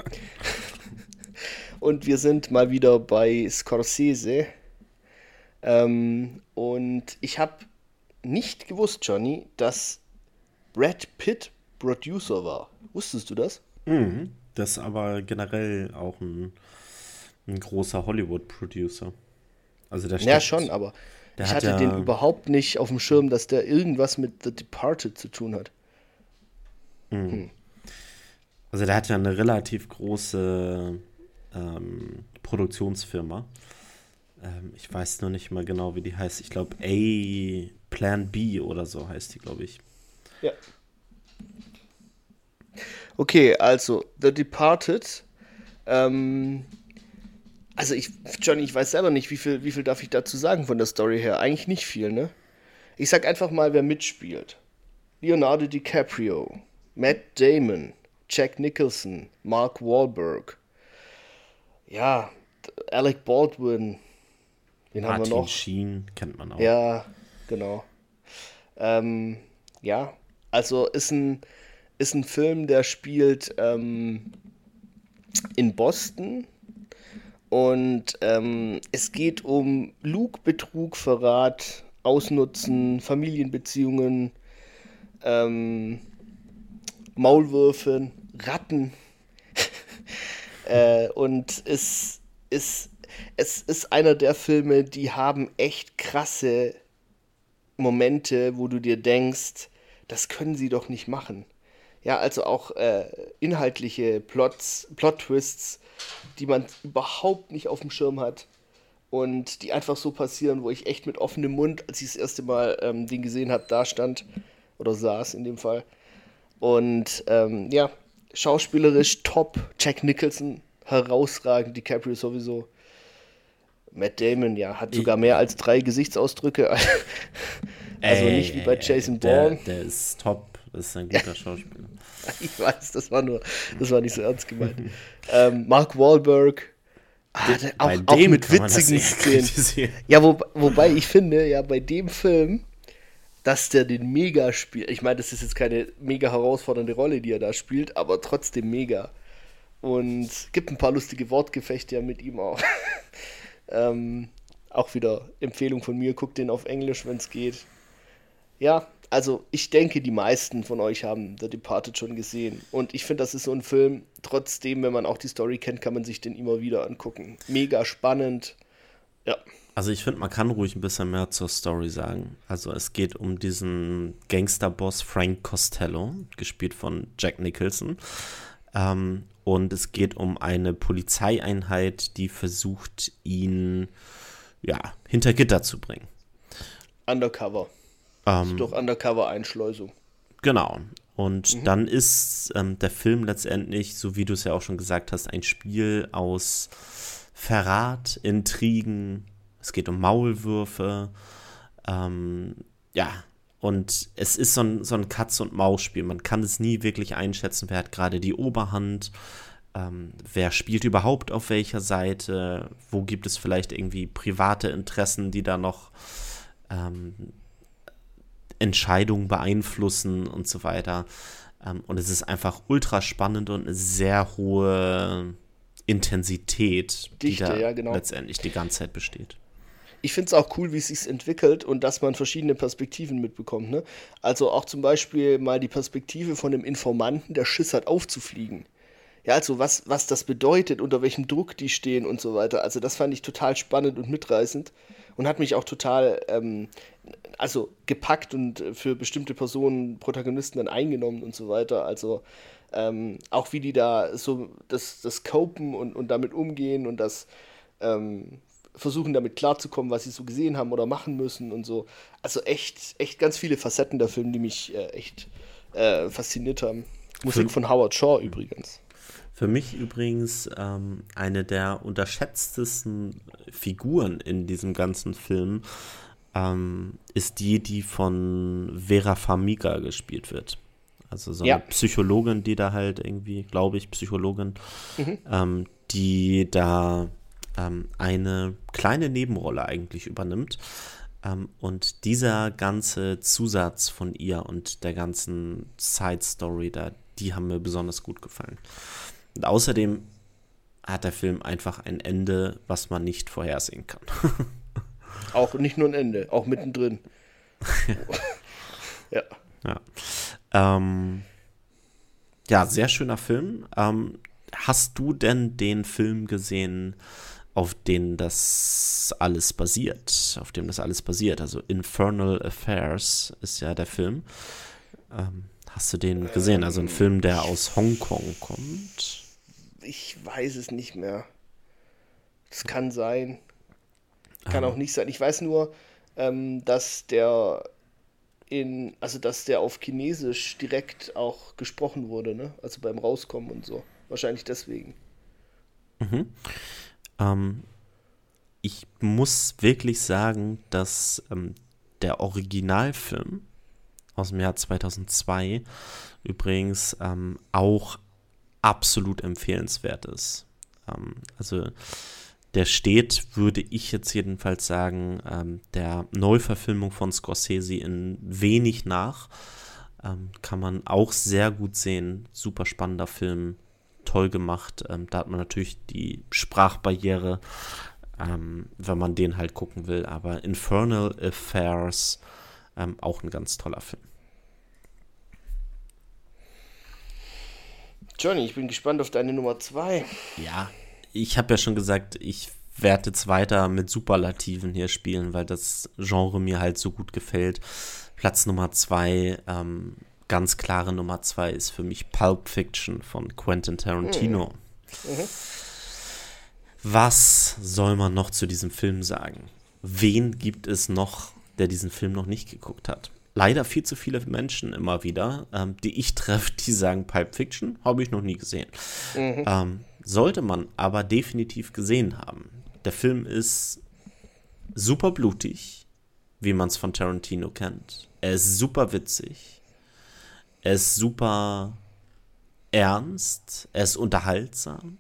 Und wir sind mal wieder bei Scorsese. Ähm, und ich habe nicht gewusst, Johnny, dass Brad Pitt Producer war. Wusstest du das? Mhm. Das ist aber generell auch ein, ein großer Hollywood-Producer. Also der Ja, steckt, schon, aber der ich hat hatte ja, den überhaupt nicht auf dem Schirm, dass der irgendwas mit The Departed zu tun hat. also der hat ja eine relativ große ähm, Produktionsfirma. Ähm, ich weiß nur nicht mal genau, wie die heißt. Ich glaube, A Plan B oder so heißt die, glaube ich. Ja. Okay, also The Departed. Ähm, also ich, Johnny, ich weiß selber nicht, wie viel, wie viel darf ich dazu sagen von der Story her. Eigentlich nicht viel, ne? Ich sag einfach mal, wer mitspielt. Leonardo DiCaprio, Matt Damon, Jack Nicholson, Mark Wahlberg. Ja, Alec Baldwin. Wen haben wir Martin noch? Sheen kennt man auch. Ja, genau. Ähm, ja, also ist ein, ist ein Film, der spielt ähm, in Boston und ähm, es geht um Lug, Betrug, Verrat, Ausnutzen, Familienbeziehungen, ähm, Maulwürfe, Ratten. Äh, und es ist, es ist einer der Filme, die haben echt krasse Momente, wo du dir denkst, das können sie doch nicht machen. Ja, also auch äh, inhaltliche Plots, Plot-Twists, die man überhaupt nicht auf dem Schirm hat und die einfach so passieren, wo ich echt mit offenem Mund, als ich das erste Mal ähm, den gesehen habe, da stand oder saß in dem Fall. Und ähm, ja, schauspielerisch top, Jack Nicholson herausragend, DiCaprio sowieso. Matt Damon, ja, hat Ich, sogar mehr als drei Gesichtsausdrücke. Also ey, nicht wie ey, bei ey, Jason der, Bourne. der ist top, ist ein guter Schauspieler. Ich weiß, das war nur, das war nicht so ernst gemeint. Ähm, Mark Wahlberg, ah, De, der, bei auch, auch dem mit kann man das witzigen eher Szenen. kritisieren. Ja, wo, wobei ich finde, ja, bei dem Film, dass der den mega spielt. Ich meine, das ist jetzt keine mega herausfordernde Rolle, die er da spielt, aber trotzdem mega. Und gibt ein paar lustige Wortgefechte ja mit ihm auch. ähm, auch wieder Empfehlung von mir, guckt den auf Englisch, wenn es geht. Ja, also ich denke, die meisten von euch haben The Departed schon gesehen. Und ich finde, das ist so ein Film, trotzdem, wenn man auch die Story kennt, kann man sich den immer wieder angucken. Mega spannend. Ja. Also ich finde, man kann ruhig ein bisschen mehr zur Story sagen. Also es geht um diesen Gangsterboss Frank Costello, gespielt von Jack Nicholson. Ähm, und es geht um eine Polizeieinheit, die versucht, ihn ja, hinter Gitter zu bringen. Undercover. Also Ähm, durch Undercover-Einschleusung. genau. Und Mhm. dann ist ähm, der Film letztendlich, so wie du es ja auch schon gesagt hast, ein Spiel aus Verrat, Intrigen, es geht um Maulwürfe, ähm, ja, und es ist so ein, so ein Katz-und-Maus-Spiel. Man kann es nie wirklich einschätzen, wer hat gerade die Oberhand, ähm, wer spielt überhaupt auf welcher Seite, wo gibt es vielleicht irgendwie private Interessen, die da noch ähm, Entscheidungen beeinflussen und so weiter. Ähm, und es ist einfach ultra spannend und eine sehr hohe Intensität, Dichte, die da ja, genau. letztendlich die ganze Zeit besteht. Ich finde es auch cool, wie es sich entwickelt und dass man verschiedene Perspektiven mitbekommt. Ne? Also auch zum Beispiel mal die Perspektive von dem Informanten, der Schiss hat aufzufliegen. Ja, also was, was das bedeutet, unter welchem Druck die stehen und so weiter. Also das fand ich total spannend und mitreißend und hat mich auch total ähm, also gepackt und für bestimmte Personen, Protagonisten dann eingenommen und so weiter. Also ähm, auch wie die da so das, das copen und, und damit umgehen und das ähm, versuchen damit klarzukommen, was sie so gesehen haben oder machen müssen und so. Also echt, echt ganz viele Facetten der Film, die mich äh, echt äh, fasziniert haben. Musik Für, von Howard Shaw übrigens. für mich übrigens ähm, eine der unterschätztesten Figuren in diesem ganzen Film ähm, ist die, die von Vera Farmiga gespielt wird. Also so eine Ja. Psychologin, die da halt irgendwie, glaube ich, Psychologin, Mhm. ähm, die da ähm, eine kleine Nebenrolle eigentlich übernimmt. Ähm, und dieser ganze Zusatz von ihr und der ganzen Side-Story da, die haben mir besonders gut gefallen. Und außerdem hat der Film einfach ein Ende, was man nicht vorhersehen kann. Auch nicht nur ein Ende, auch mittendrin. Ja. Ja. Ähm, ja, sehr schöner Film. Ähm, hast du denn den Film gesehen, auf den das alles basiert? Auf dem das alles basiert? Also Infernal Affairs ist ja der Film. Ähm, hast du den gesehen? Also ein Film, der aus Hongkong kommt. Ich weiß es nicht mehr. Das kann sein. Kann Ähm, auch nicht sein. Ich weiß nur, ähm, dass der in, also dass der auf Chinesisch direkt auch gesprochen wurde, ne? Also beim Rauskommen und so. Wahrscheinlich deswegen. mhm. ähm, ich muss wirklich sagen, dass ähm, der Originalfilm aus dem Jahr zweitausendzwei übrigens ähm, auch absolut empfehlenswert ist. Ähm, also der steht, würde ich jetzt jedenfalls sagen, ähm, der Neuverfilmung von Scorsese in wenig nach. Ähm, kann man auch sehr gut sehen. Super spannender Film, toll gemacht. Ähm, da hat man natürlich die Sprachbarriere, ähm, wenn man den halt gucken will. Aber Infernal Affairs, ähm, auch ein ganz toller Film. Johnny, ich bin gespannt auf deine Nummer zwei. Ja, ich habe ja schon gesagt, ich werde jetzt weiter mit Superlativen hier spielen, weil das Genre mir halt so gut gefällt. Platz Nummer zwei, ähm, ganz klare Nummer zwei ist für mich Pulp Fiction von Quentin Tarantino. Mhm. Mhm. Was soll man noch zu diesem Film sagen? Wen gibt es noch, der diesen Film noch nicht geguckt hat? Leider viel zu viele Menschen immer wieder, ähm, die ich treffe, die sagen, Pulp Fiction habe ich noch nie gesehen. Mhm. Ähm, sollte man aber definitiv gesehen haben. Der Film ist super blutig, wie man es von Tarantino kennt. Er ist super witzig. Er ist super ernst. Er ist unterhaltsam.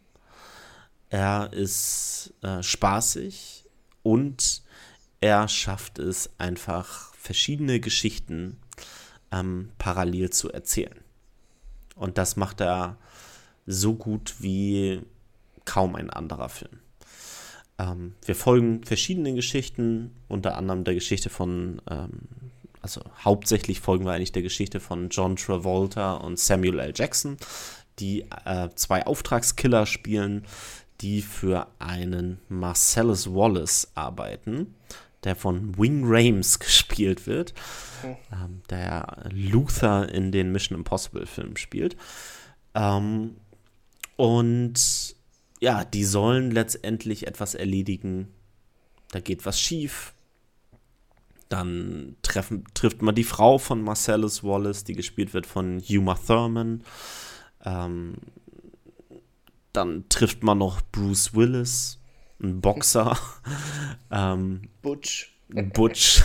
Er ist äh, spaßig. Und er schafft es einfach, verschiedene Geschichten ähm, parallel zu erzählen. Und das macht er so gut wie kaum ein anderer Film. Ähm, wir folgen verschiedenen Geschichten, unter anderem der Geschichte von, ähm, also hauptsächlich folgen wir eigentlich der Geschichte von John Travolta und Samuel L. Jackson, die äh, zwei Auftragskiller spielen, die für einen Marcellus Wallace arbeiten, der von Ving Rhames gespielt wird, okay. ähm, der Luther in den Mission Impossible Filmen spielt. Ähm, und ja, die sollen letztendlich etwas erledigen. Da geht was schief. Dann treffen, trifft man die Frau von Marcellus Wallace, die gespielt wird von Uma Thurman. Ähm, dann trifft man noch Bruce Willis, ein Boxer. ähm, Butch. Butch,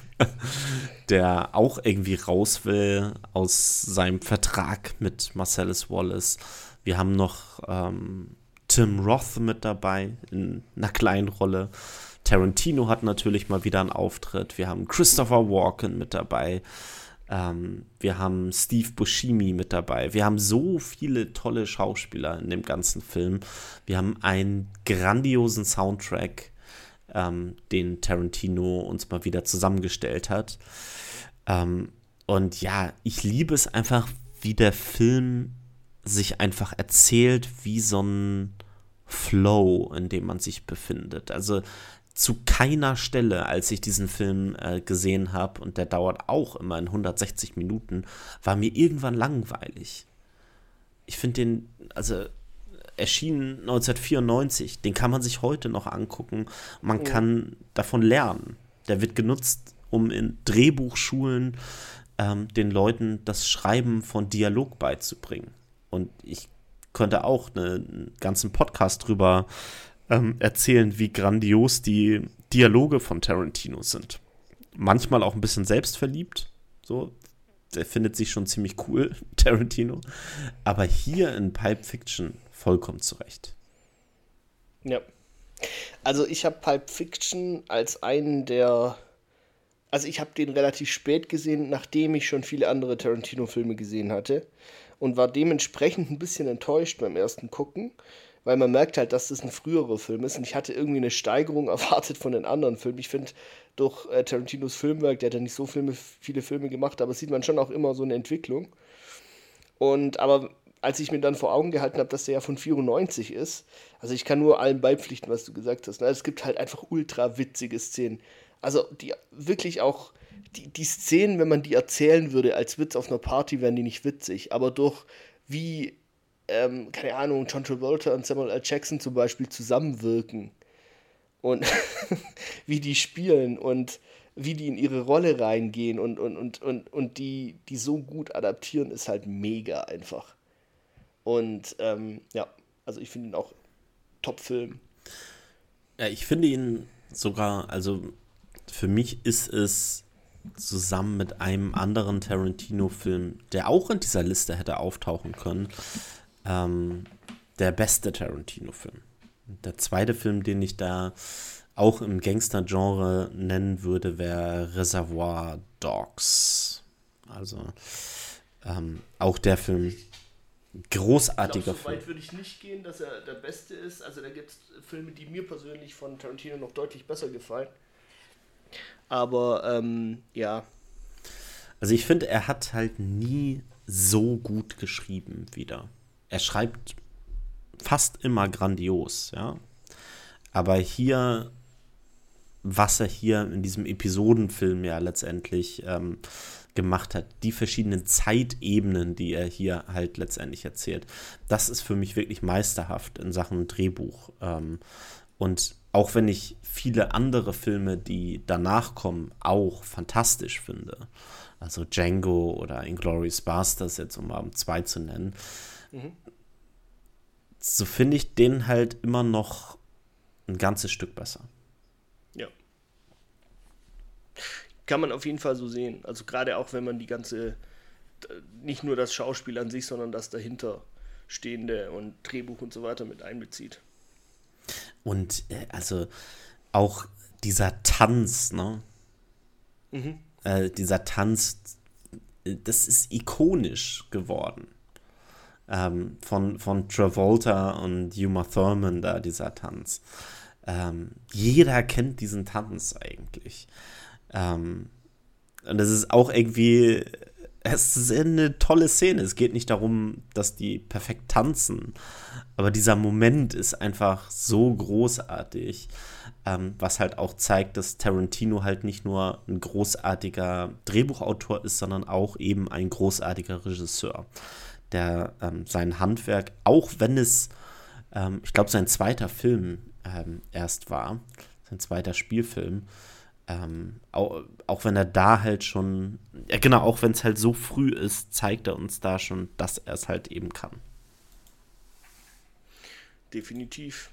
der auch irgendwie raus will aus seinem Vertrag mit Marcellus Wallace. Wir haben noch ähm, Tim Roth mit dabei in einer kleinen Rolle. Tarantino hat natürlich mal wieder einen Auftritt. Wir haben Christopher Walken mit dabei. Ähm, wir haben Steve Buscemi mit dabei. Wir haben so viele tolle Schauspieler in dem ganzen Film. Wir haben einen grandiosen Soundtrack, ähm, den Tarantino uns mal wieder zusammengestellt hat. Ähm, und ja, ich liebe es einfach, wie der Film sich einfach erzählt, wie so ein Flow, in dem man sich befindet. Also zu keiner Stelle, als ich diesen Film äh, gesehen habe, und der dauert auch immer in hundertsechzig Minuten, war mir irgendwann langweilig. Ich finde den, also erschienen neunzehnhundertvierundneunzig, den kann man sich heute noch angucken. Man ja. kann davon lernen. Der wird genutzt, um in Drehbuchschulen ähm, den Leuten das Schreiben von Dialog beizubringen. Und ich könnte auch eine, einen ganzen Podcast drüber ähm, erzählen, wie grandios die Dialoge von Tarantino sind. Manchmal auch ein bisschen selbstverliebt. So, der findet sich schon ziemlich cool, Tarantino. Aber hier in Pulp Fiction vollkommen zurecht. Ja. Also ich habe Pulp Fiction als einen der... Also ich habe den relativ spät gesehen, nachdem ich schon viele andere Tarantino-Filme gesehen hatte. Und war dementsprechend ein bisschen enttäuscht beim ersten Gucken, weil man merkt halt, dass das ein früherer Film ist. Und ich hatte irgendwie eine Steigerung erwartet von den anderen Filmen. Ich finde, durch äh, Tarantinos Filmwerk, der hat ja nicht so Filme, viele Filme gemacht, aber sieht man schon auch immer so eine Entwicklung. Und aber als ich mir dann vor Augen gehalten habe, dass der ja von vierundneunzig ist, also ich kann nur allem beipflichten, was du gesagt hast. Ne? Es gibt halt einfach ultra witzige Szenen. Also die wirklich auch, die, die Szenen, wenn man die erzählen würde als Witz auf einer Party, wären die nicht witzig. Aber durch wie, ähm, keine Ahnung, John Travolta und Samuel L. Jackson zum Beispiel zusammenwirken und wie die spielen und wie die in ihre Rolle reingehen und, und, und, und, und die, die so gut adaptieren, ist halt mega einfach. Und ähm, ja, also ich finde ihn auch Top-Film. Ja, ich finde ihn sogar, also für mich ist es zusammen mit einem anderen Tarantino-Film, der auch in dieser Liste hätte auftauchen können, ähm, der beste Tarantino-Film. Der zweite Film, den ich da auch im Gangster-Genre nennen würde, wäre Reservoir Dogs. Also ähm, auch der Film, großartiger Ich glaube, so Film. weit würde ich nicht gehen, dass er der Beste ist. Also da gibt es Filme, die mir persönlich von Tarantino noch deutlich besser gefallen. Aber ähm, ja. Also ich finde, er hat halt nie so gut geschrieben wieder. Er schreibt fast immer grandios, ja. Aber hier, was er hier in diesem Episodenfilm ja letztendlich ähm, gemacht hat, die verschiedenen Zeitebenen, die er hier halt letztendlich erzählt, das ist für mich wirklich meisterhaft in Sachen Drehbuch. Ähm, und auch wenn ich viele andere Filme, die danach kommen, auch fantastisch finde, also Django oder Inglourious Basterds, jetzt um mal zwei zu nennen, Mhm. so finde ich den halt immer noch ein ganzes Stück besser. Ja. Kann man auf jeden Fall so sehen. Also gerade auch, wenn man die ganze, nicht nur das Schauspiel an sich, sondern das dahinter stehende und Drehbuch und so weiter mit einbezieht. Und äh, also auch dieser Tanz, ne? Mhm. Äh, dieser Tanz, äh, das ist ikonisch geworden. Ähm, von, von Travolta und Uma Thurman da, dieser Tanz. Ähm, jeder kennt diesen Tanz eigentlich. Ähm, und das ist auch irgendwie, es ist eine tolle Szene. Es geht nicht darum, dass die perfekt tanzen, aber dieser Moment ist einfach so großartig, ähm, was halt auch zeigt, dass Tarantino halt nicht nur ein großartiger Drehbuchautor ist, sondern auch eben ein großartiger Regisseur, der ähm, sein Handwerk, auch wenn es, ähm, ich glaube, sein zweiter Film ähm, erst war, sein zweiter Spielfilm, ähm, auch, auch wenn er da halt schon, ja genau, auch wenn es halt so früh ist, zeigt er uns da schon, dass er es halt eben kann. Definitiv.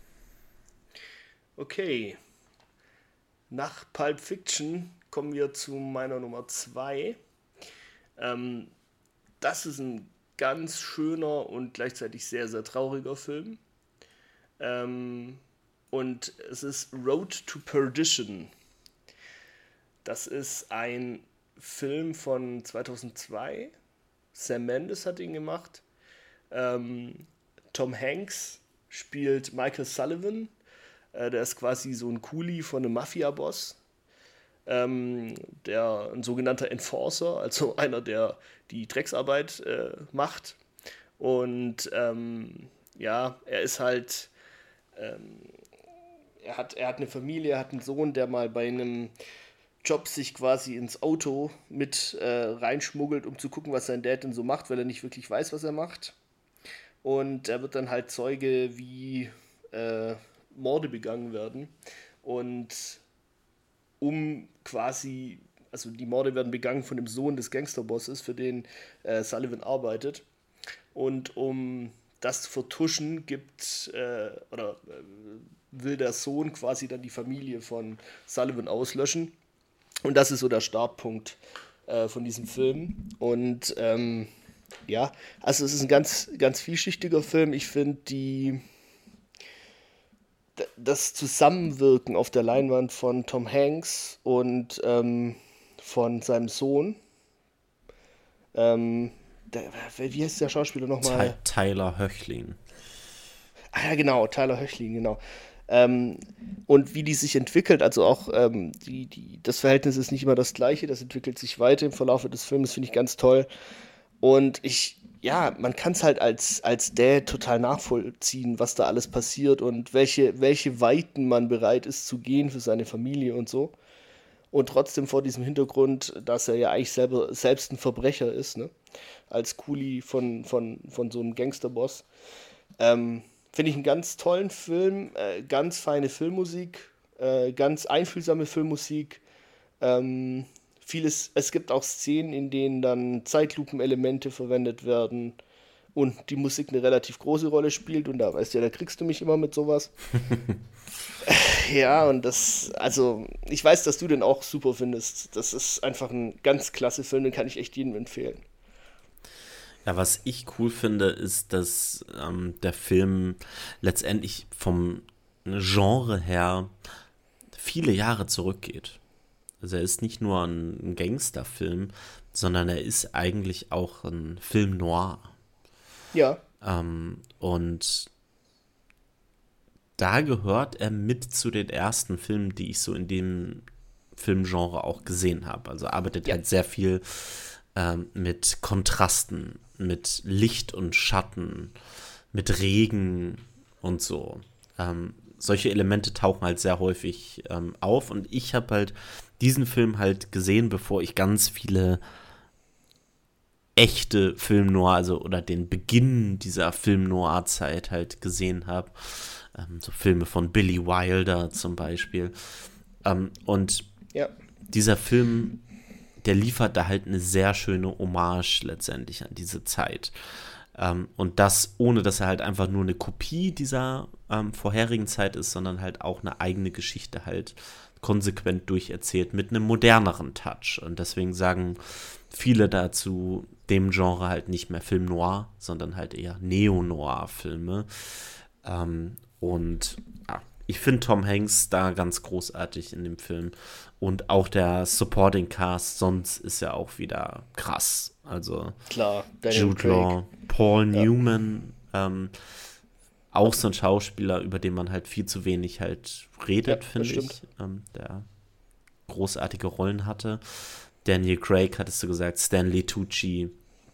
Okay. Nach Pulp Fiction kommen wir zu meiner Nummer zwei. Ähm, das ist ein ganz schöner und gleichzeitig sehr, sehr trauriger Film. Ähm, und es ist Road to Perdition. Das ist ein Film von zweitausendzwei. Sam Mendes hat ihn gemacht. Ähm, Tom Hanks spielt Michael Sullivan. Äh, der ist quasi so ein Coolie von einem Mafia-Boss. Ähm, der ein sogenannter Enforcer, also einer, der die Drecksarbeit äh, macht. Und ähm, ja, er ist halt, ähm, er hat, er hat eine Familie, er hat einen Sohn, der mal bei einem Job sich quasi ins Auto mit äh, reinschmuggelt, um zu gucken, was sein Dad denn so macht, weil er nicht wirklich weiß, was er macht. Und er wird dann halt Zeuge, wie äh, Morde begangen werden. Und um quasi, also die Morde werden begangen von dem Sohn des Gangsterbosses, für den äh, Sullivan arbeitet. Und um das zu vertuschen, gibt äh, oder äh, will der Sohn quasi dann die Familie von Sullivan auslöschen. Und das ist so der Startpunkt äh, von diesem Film. Und ähm, ja, also es ist ein ganz, ganz vielschichtiger Film. Ich finde die das Zusammenwirken auf der Leinwand von Tom Hanks und ähm, von seinem Sohn. Ähm, der, wie heißt der Schauspieler nochmal? Tyler Hoechlin. Ah ja, genau, Tyler Hoechlin, genau. Ähm, und wie die sich entwickelt, also auch ähm, die, die, das Verhältnis ist nicht immer das gleiche, das entwickelt sich weiter im Verlauf des Films, finde ich ganz toll. Und ich, ja, man kann es halt als, als Dad total nachvollziehen, was da alles passiert und welche, welche Weiten man bereit ist zu gehen für seine Familie und so. Und trotzdem vor diesem Hintergrund, dass er ja eigentlich selber, selbst ein Verbrecher ist, ne? Als Coolie von, von, von so einem Gangsterboss. Ähm, Finde ich einen ganz tollen Film, äh, ganz feine Filmmusik, äh, ganz einfühlsame Filmmusik. Ähm, vieles, es gibt auch Szenen, in denen dann Zeitlupenelemente verwendet werden und die Musik eine relativ große Rolle spielt und da weißt du ja, da kriegst du mich immer mit sowas. Ja, und das, also, ich weiß, dass du den auch super findest. Das ist einfach ein ganz klasse Film, den kann ich echt jedem empfehlen. Ja, was ich cool finde, ist, dass ähm, der Film letztendlich vom Genre her viele Jahre zurückgeht. Also er ist nicht nur ein Gangsterfilm, sondern er ist eigentlich auch ein Film noir. Ja, Ähm, und da gehört er mit zu den ersten Filmen, die ich so in dem Filmgenre auch gesehen habe. Also arbeitet ja, halt sehr viel ähm, mit Kontrasten, mit Licht und Schatten, mit Regen und so. Ähm, solche Elemente tauchen halt sehr häufig ähm, auf und ich habe halt diesen Film halt gesehen, bevor ich ganz viele echte Film Noir, also oder den Beginn dieser Film Noir Zeit halt gesehen habe. Ähm, so Filme von Billy Wilder zum Beispiel. Ähm, und ja. dieser Film, der liefert da halt eine sehr schöne Hommage letztendlich an diese Zeit. Ähm, und das, ohne dass er halt einfach nur eine Kopie dieser ähm, vorherigen Zeit ist, sondern halt auch eine eigene Geschichte halt konsequent durcherzählt mit einem moderneren Touch. Und deswegen sagen viele dazu dem Genre halt nicht mehr Film Noir, sondern halt eher Neo-Noir-Filme. Ähm, und ja, ich finde Tom Hanks da ganz großartig in dem Film. Und auch der Supporting Cast sonst ist ja auch wieder krass. Also Klar, Daniel Jude Craig. Law, Paul Ja, Newman, ähm, auch so ein Schauspieler, über den man halt viel zu wenig halt ja, redet, das finde stimmt. ich, ähm, der großartige Rollen hatte. Daniel Craig, hattest du gesagt, Stanley Tucci,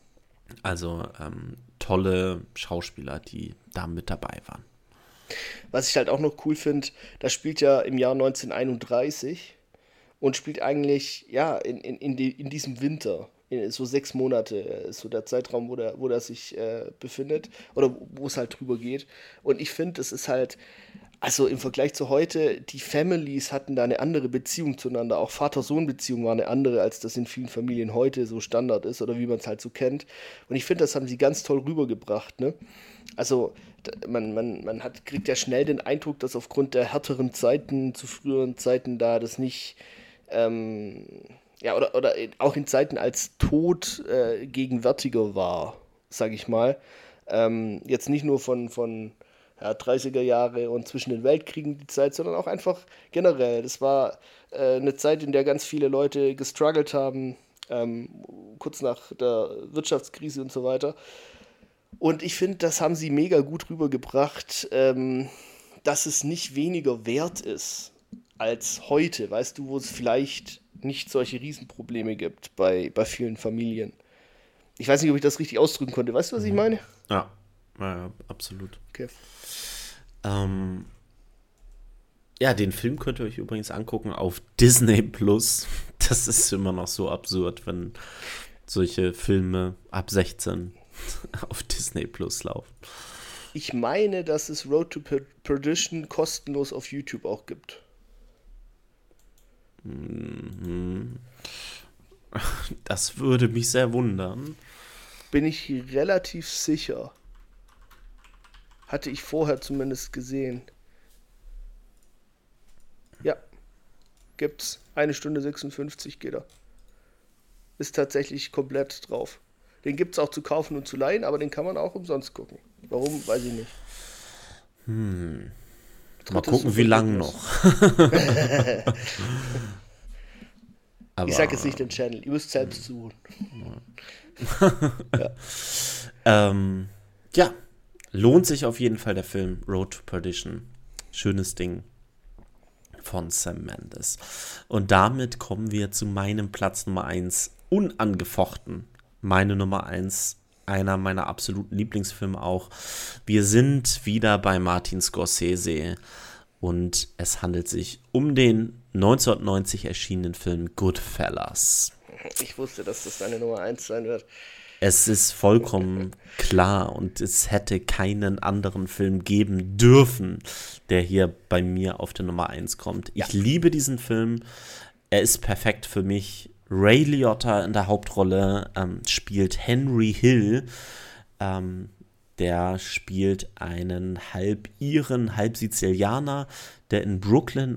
also ähm, tolle Schauspieler, die da mit dabei waren. Was ich halt auch noch cool finde, das spielt ja im Jahr neunzehnhunderteinunddreißig und spielt eigentlich, ja, in, in, in, die, in diesem Winter. In so sechs Monate ist so der Zeitraum, wo der, wo der sich äh, befindet oder wo es halt drüber geht. Und ich finde, es ist halt, also im Vergleich zu heute, die Families hatten da eine andere Beziehung zueinander. Auch Vater-Sohn-Beziehung war eine andere, als das in vielen Familien heute so Standard ist oder wie man es halt so kennt. Und ich finde, das haben sie ganz toll rübergebracht, ne? Also d- man, man, man hat, kriegt ja schnell den Eindruck, dass aufgrund der härteren Zeiten, zu früheren Zeiten da das nicht, ähm, ja, oder, oder in, auch in Zeiten als Tod äh, gegenwärtiger war, sag ich mal. Ähm, jetzt nicht nur von, von ja, dreißiger Jahre und zwischen den Weltkriegen die Zeit, sondern auch einfach generell. Das war äh, eine Zeit, in der ganz viele Leute gestruggelt haben, ähm, kurz nach der Wirtschaftskrise und so weiter. Und ich finde, das haben sie mega gut rübergebracht, ähm, dass es nicht weniger wert ist als heute, weißt du, wo es vielleicht nicht solche Riesenprobleme gibt bei, bei vielen Familien. Ich weiß nicht, ob ich das richtig ausdrücken konnte. Weißt du, was ich Mhm. meine? Ja, ja, absolut. Okay. Ähm, ja, den Film könnt ihr euch übrigens angucken auf Disney Plus. Das ist immer noch so absurd, wenn solche Filme ab sechzehn auf Disney Plus laufen. Ich meine, dass es Road to Per- Perdition kostenlos auf YouTube auch gibt. Mhm. Das würde mich sehr wundern. Bin ich relativ sicher. Hatte ich vorher zumindest gesehen. Ja, gibt's. Eine Stunde sechsundfünfzig geht er. Ist tatsächlich komplett drauf. Den gibt's auch zu kaufen und zu leihen, aber den kann man auch umsonst gucken. Warum, weiß ich nicht. Hm. Mal Drittes gucken, wie lang Suchergebnis. noch. Ich sag jetzt Aber nicht den Channel, ihr müsst selbst suchen. Ja. ähm, ja, lohnt sich auf jeden Fall der Film Road to Perdition. Schönes Ding von Sam Mendes. Und damit kommen wir zu meinem Platz Nummer eins, unangefochten. Meine Nummer eins, einer meiner absoluten Lieblingsfilme auch. Wir sind wieder bei Martin Scorsese und es handelt sich um den neunzehnhundertneunzig erschienenen Film Goodfellas. Ich wusste, dass das deine Nummer eins sein wird. Es ist vollkommen klar und es hätte keinen anderen Film geben dürfen, der hier bei mir auf der Nummer eins kommt. Ja. Ich liebe diesen Film. Er ist perfekt für mich. Ray Liotta in der Hauptrolle ähm, spielt Henry Hill. Ähm, der spielt einen halb Iren, halb Sizilianer, der in Brooklyn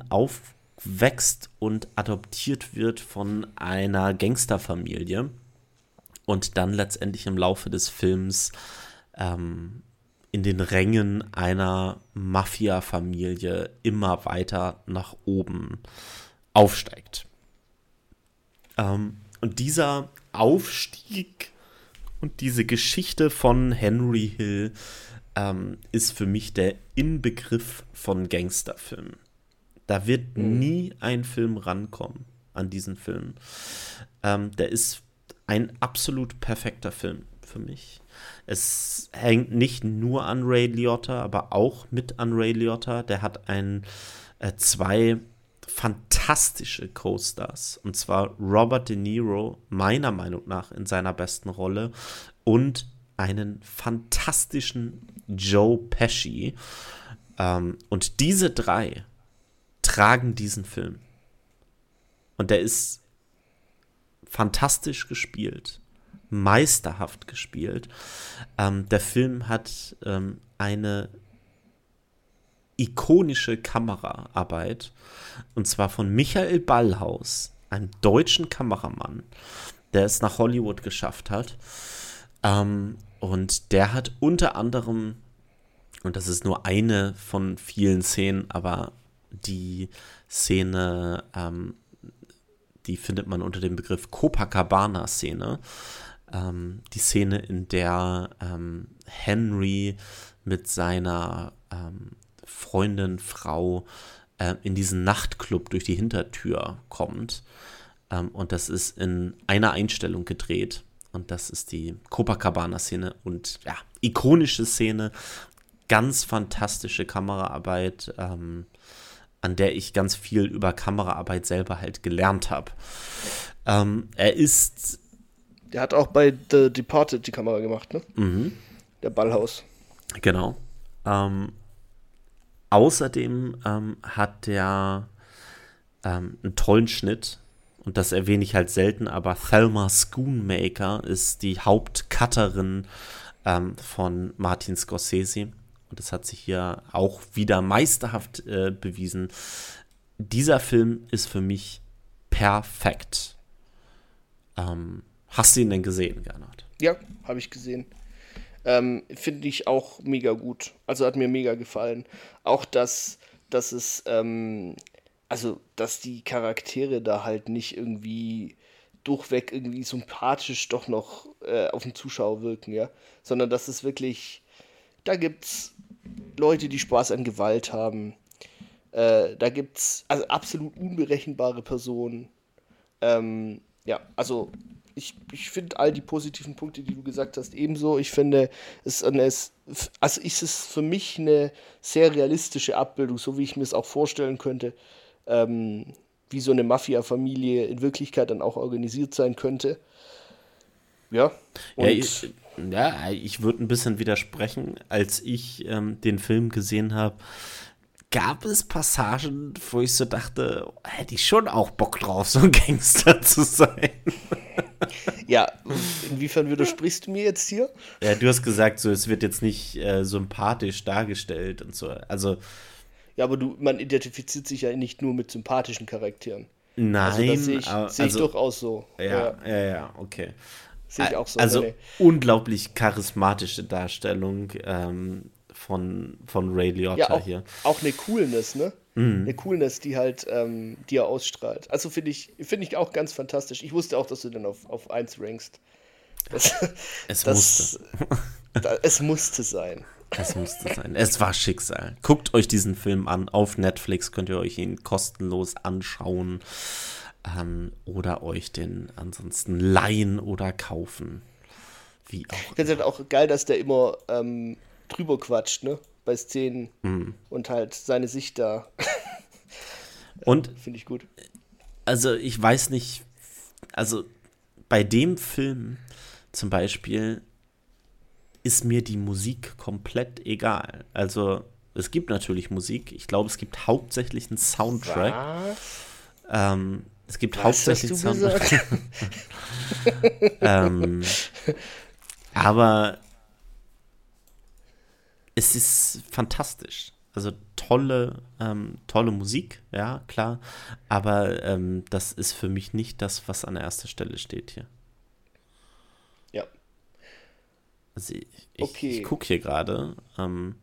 aufwächst und adoptiert wird von einer Gangsterfamilie. und dann letztendlich im Laufe des Films ähm, in den Rängen einer Mafia-Familie immer weiter nach oben aufsteigt. Ähm, und dieser Aufstieg und diese Geschichte von Henry Hill ähm, ist für mich der Inbegriff von Gangsterfilmen. Da wird mhm. nie ein Film rankommen an diesen Film. Ähm, der ist ein absolut perfekter Film für mich. Es hängt nicht nur an Ray Liotta, aber auch mit an Ray Liotta. Der hat ein, äh, zwei fantastische Co-Stars. Und zwar Robert De Niro, meiner Meinung nach in seiner besten Rolle, und einen fantastischen Joe Pesci. Ähm, und diese drei tragen diesen Film. Und der ist fantastisch gespielt, meisterhaft gespielt. Ähm, der Film hat ähm, eine ikonische Kameraarbeit, und zwar von Michael Ballhaus, einem deutschen Kameramann, der es nach Hollywood geschafft hat. Ähm, und der hat unter anderem, und das ist nur eine von vielen Szenen, aber die Szene, ähm, die findet man unter dem Begriff Copacabana-Szene. Ähm, die Szene, in der ähm, Henry mit seiner ähm, Freundin, Frau äh, in diesen Nachtclub durch die Hintertür kommt. Ähm, und das ist in einer Einstellung gedreht. Und das ist die Copacabana-Szene. Und ja, ikonische Szene, ganz fantastische Kameraarbeit, ähm, an der ich ganz viel über Kameraarbeit selber halt gelernt habe. Ähm, er ist... Der hat auch bei The Departed die Kamera gemacht, ne? Mhm. Der Ballhaus. Genau. Ähm, außerdem ähm, hat der ähm, einen tollen Schnitt. Und das erwähne ich halt selten, aber Thelma Schoonmaker ist die Hauptcutterin ähm, von Martin Scorsese. Und das hat sich hier auch wieder meisterhaft äh, bewiesen. Dieser Film ist für mich perfekt. Ähm, hast du ihn denn gesehen, Gernot? Ja, habe ich gesehen. Ähm, finde ich auch mega gut. Also hat mir mega gefallen. Auch, dass, dass es, ähm, also, dass die Charaktere da halt nicht irgendwie durchweg irgendwie sympathisch doch noch äh, auf den Zuschauer wirken, ja. Sondern dass es wirklich, da gibt's Leute, die Spaß an Gewalt haben. Äh, da gibt's also absolut unberechenbare Personen. Ähm, ja, also ich, ich finde all die positiven Punkte, die du gesagt hast, ebenso. Ich finde, es ist eine, also ist es für mich eine sehr realistische Abbildung, so wie ich mir es auch vorstellen könnte, ähm, wie so eine Mafia-Familie in Wirklichkeit dann auch organisiert sein könnte. Ja. Und ja, ich, ja, ich würde ein bisschen widersprechen. Als ich ähm, den Film gesehen habe, gab es Passagen, wo ich so dachte, hätte ich schon auch Bock drauf, so ein Gangster zu sein. Ja, inwiefern widersprichst du mir jetzt hier? Ja, du hast gesagt, so es wird jetzt nicht äh, sympathisch dargestellt und so. Also ja, aber du, man identifiziert sich ja nicht nur mit sympathischen Charakteren. Nein, also das sehe ich, aber, seh ich also, durchaus so. Ja, ja, ja, ja, okay. Sehe ich auch so. Also nee. unglaublich charismatische Darstellung ähm, von, von Ray Liotta ja, auch, hier. Auch eine Coolness, ne? Mhm. Eine Coolness, die halt, ähm, die er ausstrahlt. Also finde ich, finde ich auch ganz fantastisch. Ich wusste auch, dass du den auf, auf eins rankst. Das, es das, musste. Da, es musste sein. Es musste sein. Es war Schicksal. Guckt euch diesen Film an. Auf Netflix könnt ihr euch ihn kostenlos anschauen. Ähm, oder euch den ansonsten leihen oder kaufen. Wie auch. Ich finde es halt auch geil, dass der immer ähm, drüber quatscht, ne? Bei Szenen. Mhm. Und halt seine Sicht da. Und finde ich gut. Also ich weiß nicht, also bei dem Film zum Beispiel ist mir die Musik komplett egal. Also es gibt natürlich Musik. Ich glaube, es gibt hauptsächlich einen Soundtrack. Was? Ähm, es gibt Was hauptsächlich hast du einen Soundtrack. ähm, aber es ist fantastisch. Also tolle, ähm, tolle Musik, ja, klar. Aber ähm, das ist für mich nicht das, was an erster Stelle steht hier. Also ich, ich, Okay. ich gucke hier gerade. Ähm,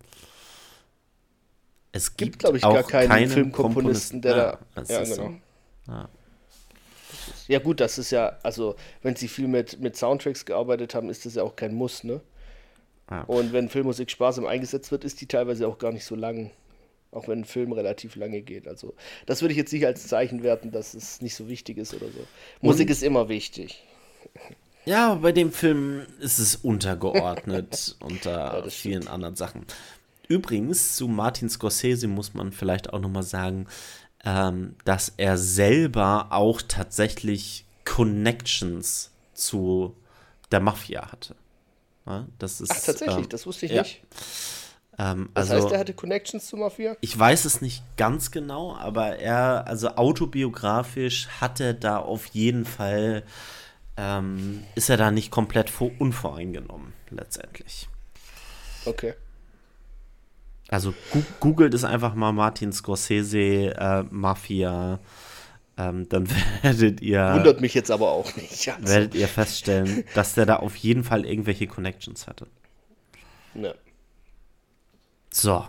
es Gibt, gibt, glaube ich, auch gar keinen keinen Filmkomponisten, der Ja, da. das Ja, ist genau. so. Ja. Ja, gut, das ist ja, also, wenn sie viel mit, mit Soundtracks gearbeitet haben, ist das ja auch kein Muss, ne? Ja. Und wenn Filmmusik sparsam eingesetzt wird, ist die teilweise auch gar nicht so lang. Auch wenn ein Film relativ lange geht. Also, das würde ich jetzt nicht als Zeichen werten, dass es nicht so wichtig ist oder so. Musik Und ist immer wichtig. ja, bei dem Film ist es untergeordnet Ja, unter das vielen stimmt. anderen Sachen. Übrigens, zu Martin Scorsese muss man vielleicht auch nochmal sagen, ähm, dass er selber auch tatsächlich Connections zu der Mafia hatte. Ja, das Ach, ist, tatsächlich, ähm, das wusste ich ja, nicht. ähm, Das heißt, also er hatte Connections zu Mafia? ich weiß es nicht ganz genau, aber er, also autobiografisch hat er da auf jeden Fall, ähm, ist er da nicht komplett vor, unvoreingenommen, letztendlich. Okay. Also gu googelt es einfach mal Martin Scorsese, äh, Mafia, ähm, dann werdet ihr, Wundert mich jetzt aber auch nicht. Also, werdet ihr feststellen, dass der da auf jeden Fall irgendwelche Connections hatte. ne. So,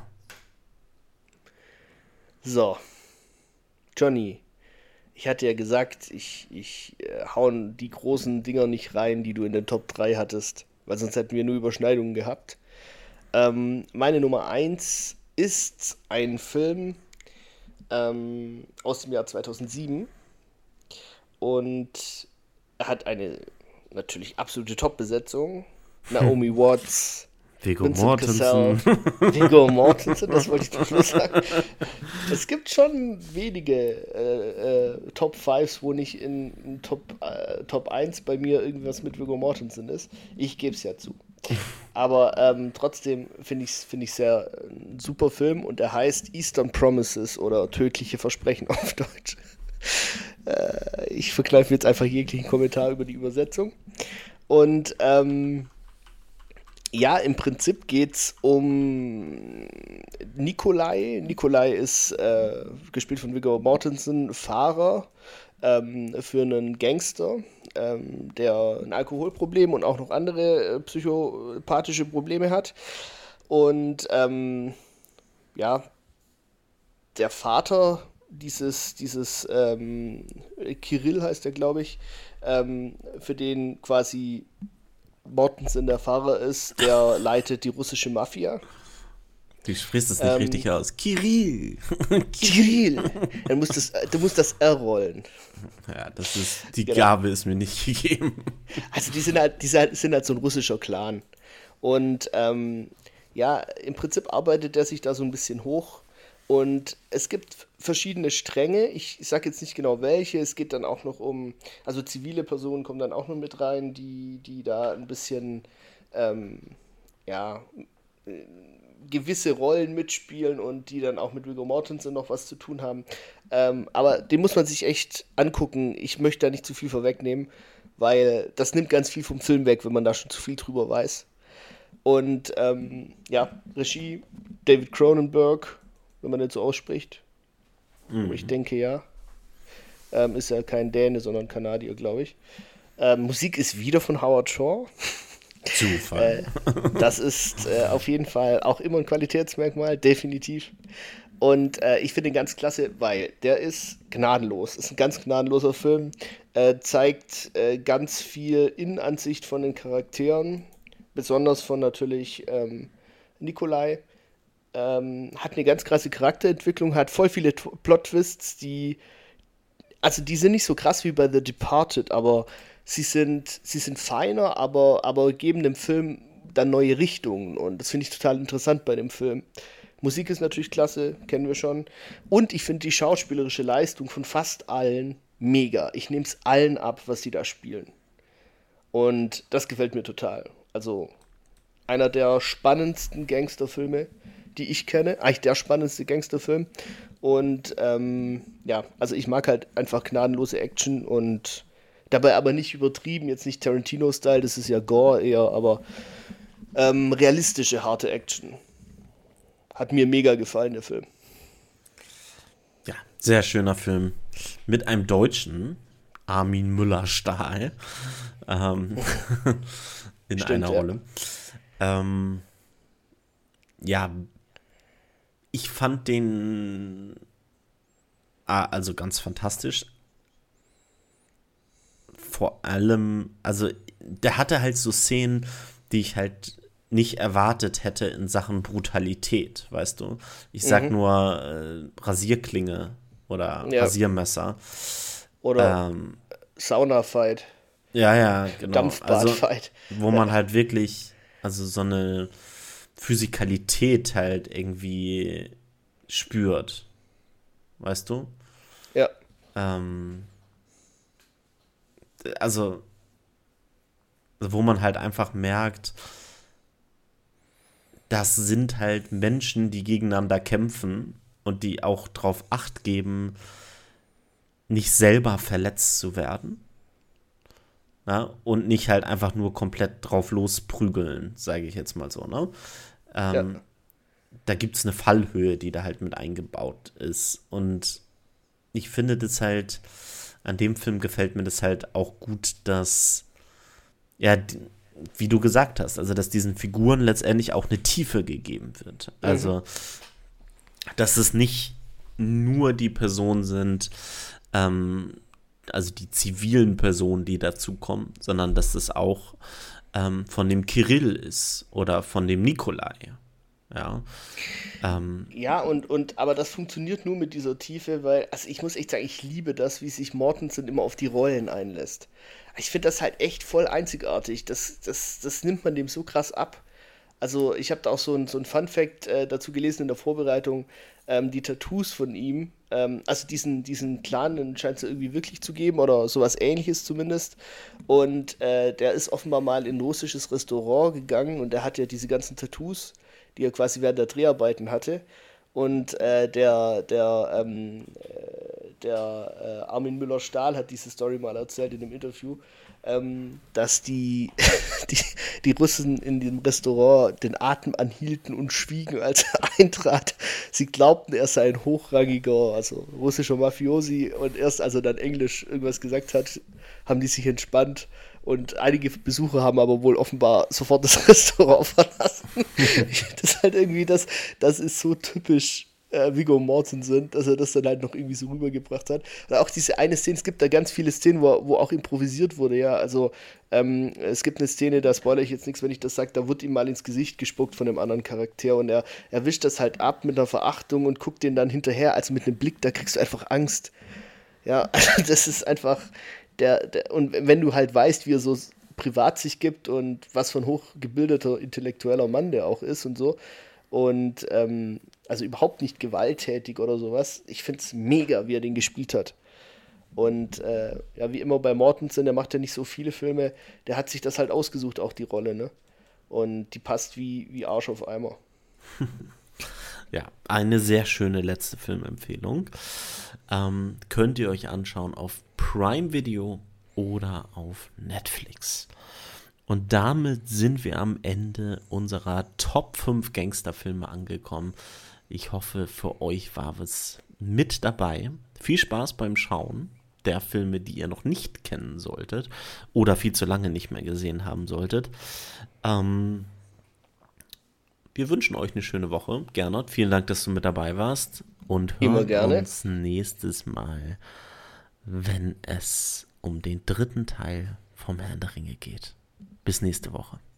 So, Johnny, ich hatte ja gesagt, ich, ich äh, hauen die großen Dinger nicht rein, die du in den Top drei hattest, weil sonst hätten wir nur Überschneidungen gehabt. Ähm, meine Nummer eins ist ein Film ähm, aus dem Jahr zweitausendsieben und er hat eine natürlich absolute Top-Besetzung. Naomi Watts, Viggo Vincent Cassel, Mortensen. Viggo Mortensen, das wollte ich zum Schluss sagen. Es gibt schon wenige äh, äh, Top fünf, wo nicht in, in Top, äh, Top eins bei mir irgendwas mit Viggo Mortensen ist. Ich gebe es ja zu. Aber ähm, trotzdem finde ich es find ich sehr äh, ein super Film und er heißt Eastern Promises oder Tödliche Versprechen auf Deutsch. Äh, ich verkneife mir jetzt einfach jeglichen Kommentar über die Übersetzung. Und ähm, ja, im Prinzip geht es um Nikolai. Nikolai ist, äh, gespielt von Viggo Mortensen, Fahrer ähm, für einen Gangster, ähm, der ein Alkoholproblem und auch noch andere äh, psychopathische Probleme hat. Und ähm, ja, der Vater dieses, dieses ähm, Kirill heißt er, glaube ich, ähm, für den quasi Mortensen der Fahrer ist, der leitet die russische Mafia. Du sprichst es nicht Ähm, richtig aus. Kirill. Kirill! Dann musst das, du musst das R rollen. Ja, das ist, die Genau. Gabe ist mir nicht gegeben. Also die sind halt, die sind halt so ein russischer Clan. Und ähm, ja, im Prinzip arbeitet er sich da so ein bisschen hoch. Und es gibt verschiedene Stränge. Ich, ich sage jetzt nicht genau welche. Es geht dann auch noch um, also zivile Personen kommen dann auch noch mit rein, die, die da ein bisschen, ähm, ja, gewisse Rollen mitspielen und die dann auch mit Viggo Mortensen noch was zu tun haben. Ähm, aber den muss man sich echt angucken. Ich möchte da nicht zu viel vorwegnehmen, weil das nimmt ganz viel vom Film weg, wenn man da schon zu viel drüber weiß. Und ähm, ja, Regie David Cronenberg, wenn man das so ausspricht. Mhm. Ich denke ja. Ähm, ist ja kein Däne, sondern Kanadier, glaube ich. Ähm, Musik ist wieder von Howard Shore. Zufall. Äh, das ist äh, auf jeden Fall auch immer ein Qualitätsmerkmal, definitiv. Und äh, ich finde ihn ganz klasse, weil der ist gnadenlos. Ist ein ganz gnadenloser Film. Äh, zeigt äh, ganz viel Innenansicht von den Charakteren, besonders von natürlich ähm, Nikolai. Ähm, hat eine ganz krasse Charakterentwicklung, hat voll viele T- Plot-Twists, die, also die sind nicht so krass wie bei The Departed, aber sie sind, sie sind feiner, aber, aber geben dem Film dann neue Richtungen und das finde ich total interessant bei dem Film. Musik ist natürlich klasse, kennen wir schon. Und ich finde die schauspielerische Leistung von fast allen mega. Ich nehme es allen ab, was sie da spielen. Und das gefällt mir total. Also einer der spannendsten Gangsterfilme, die ich kenne. Eigentlich der spannendste Gangsterfilm. Und ähm, ja, also ich mag halt einfach gnadenlose Action und dabei aber nicht übertrieben, jetzt nicht Tarantino-Style, das ist ja Gore eher, aber ähm, realistische, harte Action. Hat mir mega gefallen, der Film. Ja, sehr schöner Film. Mit einem Deutschen, Armin Müller-Stahl, ähm, in Stimmt, einer ja. Rolle. Ähm, ja, ich fand den ah, also ganz fantastisch. Vor allem, also der hatte halt so Szenen, die ich halt nicht erwartet hätte in Sachen Brutalität, weißt du? Ich sag Mhm. nur äh, Rasierklinge oder Ja. Rasiermesser. Oder Ähm, Sauna-Fight, ja, ja, genau. Also, Dampfbad-Fight. wo Ja. man halt wirklich, also so eine Physikalität halt irgendwie spürt, weißt du? Ja. Ähm, also, wo man halt einfach merkt, das sind halt Menschen, die gegeneinander kämpfen und die auch drauf Acht geben, nicht selber verletzt zu werden. Ja, und nicht halt einfach nur komplett drauf losprügeln, sage ich jetzt mal so, ne? Ja. Ähm, da gibt es eine Fallhöhe, die da halt mit eingebaut ist. Und ich finde das halt, an dem Film gefällt mir das halt auch gut, dass, ja, die, wie du gesagt hast, also dass diesen Figuren letztendlich auch eine Tiefe gegeben wird. Mhm. Also, dass es nicht nur die Personen sind, ähm, also die zivilen Personen, die dazukommen, sondern dass es auch ähm, von dem Kirill ist oder von dem Nikolai. Ja. Ähm, Ja, und, und, aber das funktioniert nur mit dieser Tiefe, weil, also ich muss echt sagen, ich liebe das, wie sich Mortensen immer auf die Rollen einlässt. Ich finde das halt echt voll einzigartig. Das, das, das nimmt man dem so krass ab. Also ich habe da auch so ein, so ein Fun-Fact äh, dazu gelesen in der Vorbereitung. Ähm, die Tattoos von ihm, ähm, also diesen, diesen Clan, den scheint es irgendwie wirklich zu geben oder sowas ähnliches zumindest. Und äh, der ist offenbar mal in ein russisches Restaurant gegangen und der hat ja diese ganzen Tattoos, die er quasi während der Dreharbeiten hatte. Und äh, der, der, ähm, äh, der äh, Armin Müller-Stahl hat diese Story mal erzählt in einem Interview, ähm, dass die, die, die Russen in dem Restaurant den Atem anhielten und schwiegen, als er eintrat. Sie glaubten, er sei ein hochrangiger, also russischer Mafiosi, und erst als er dann Englisch irgendwas gesagt hat, haben die sich entspannt. Und einige Besucher haben aber wohl offenbar sofort das Restaurant verlassen. Das ist halt irgendwie, das, das ist so typisch äh, Viggo Mortensen, dass er das dann halt noch irgendwie so rübergebracht hat. Und auch diese eine Szene, es gibt da ganz viele Szenen, wo, wo auch improvisiert wurde, ja. Also ähm, es gibt eine Szene, da spoilere ich jetzt nichts, wenn ich das sage, da wird ihm mal ins Gesicht gespuckt von einem anderen Charakter und er, er wischt das halt ab mit einer Verachtung und guckt den dann hinterher, also mit einem Blick, da kriegst du einfach Angst. Ja, also das ist einfach der, der, und wenn du halt weißt, wie er so privat sich gibt und was für ein hochgebildeter intellektueller Mann der auch ist und so und ähm, also überhaupt nicht gewalttätig oder sowas. Ich finde es mega, wie er den gespielt hat. Und äh, ja, wie immer bei Mortensen, der macht ja nicht so viele Filme, der hat sich das halt ausgesucht, auch die Rolle, ne? Und die passt wie, wie Arsch auf Eimer. ja, eine sehr schöne letzte Filmempfehlung. Ähm, könnt ihr euch anschauen auf Prime Video oder auf Netflix. Und damit sind wir am Ende unserer Top fünf Gangsterfilme angekommen. Ich hoffe, für euch war es mit dabei. Viel Spaß beim Schauen der Filme, die ihr noch nicht kennen solltet oder viel zu lange nicht mehr gesehen haben solltet. Ähm, wir wünschen euch eine schöne Woche. Gernot, vielen Dank, dass du mit dabei warst und Immer hören gerne. uns nächstes Mal, wenn es um den dritten Teil vom Herrn der Ringe geht. Bis nächste Woche.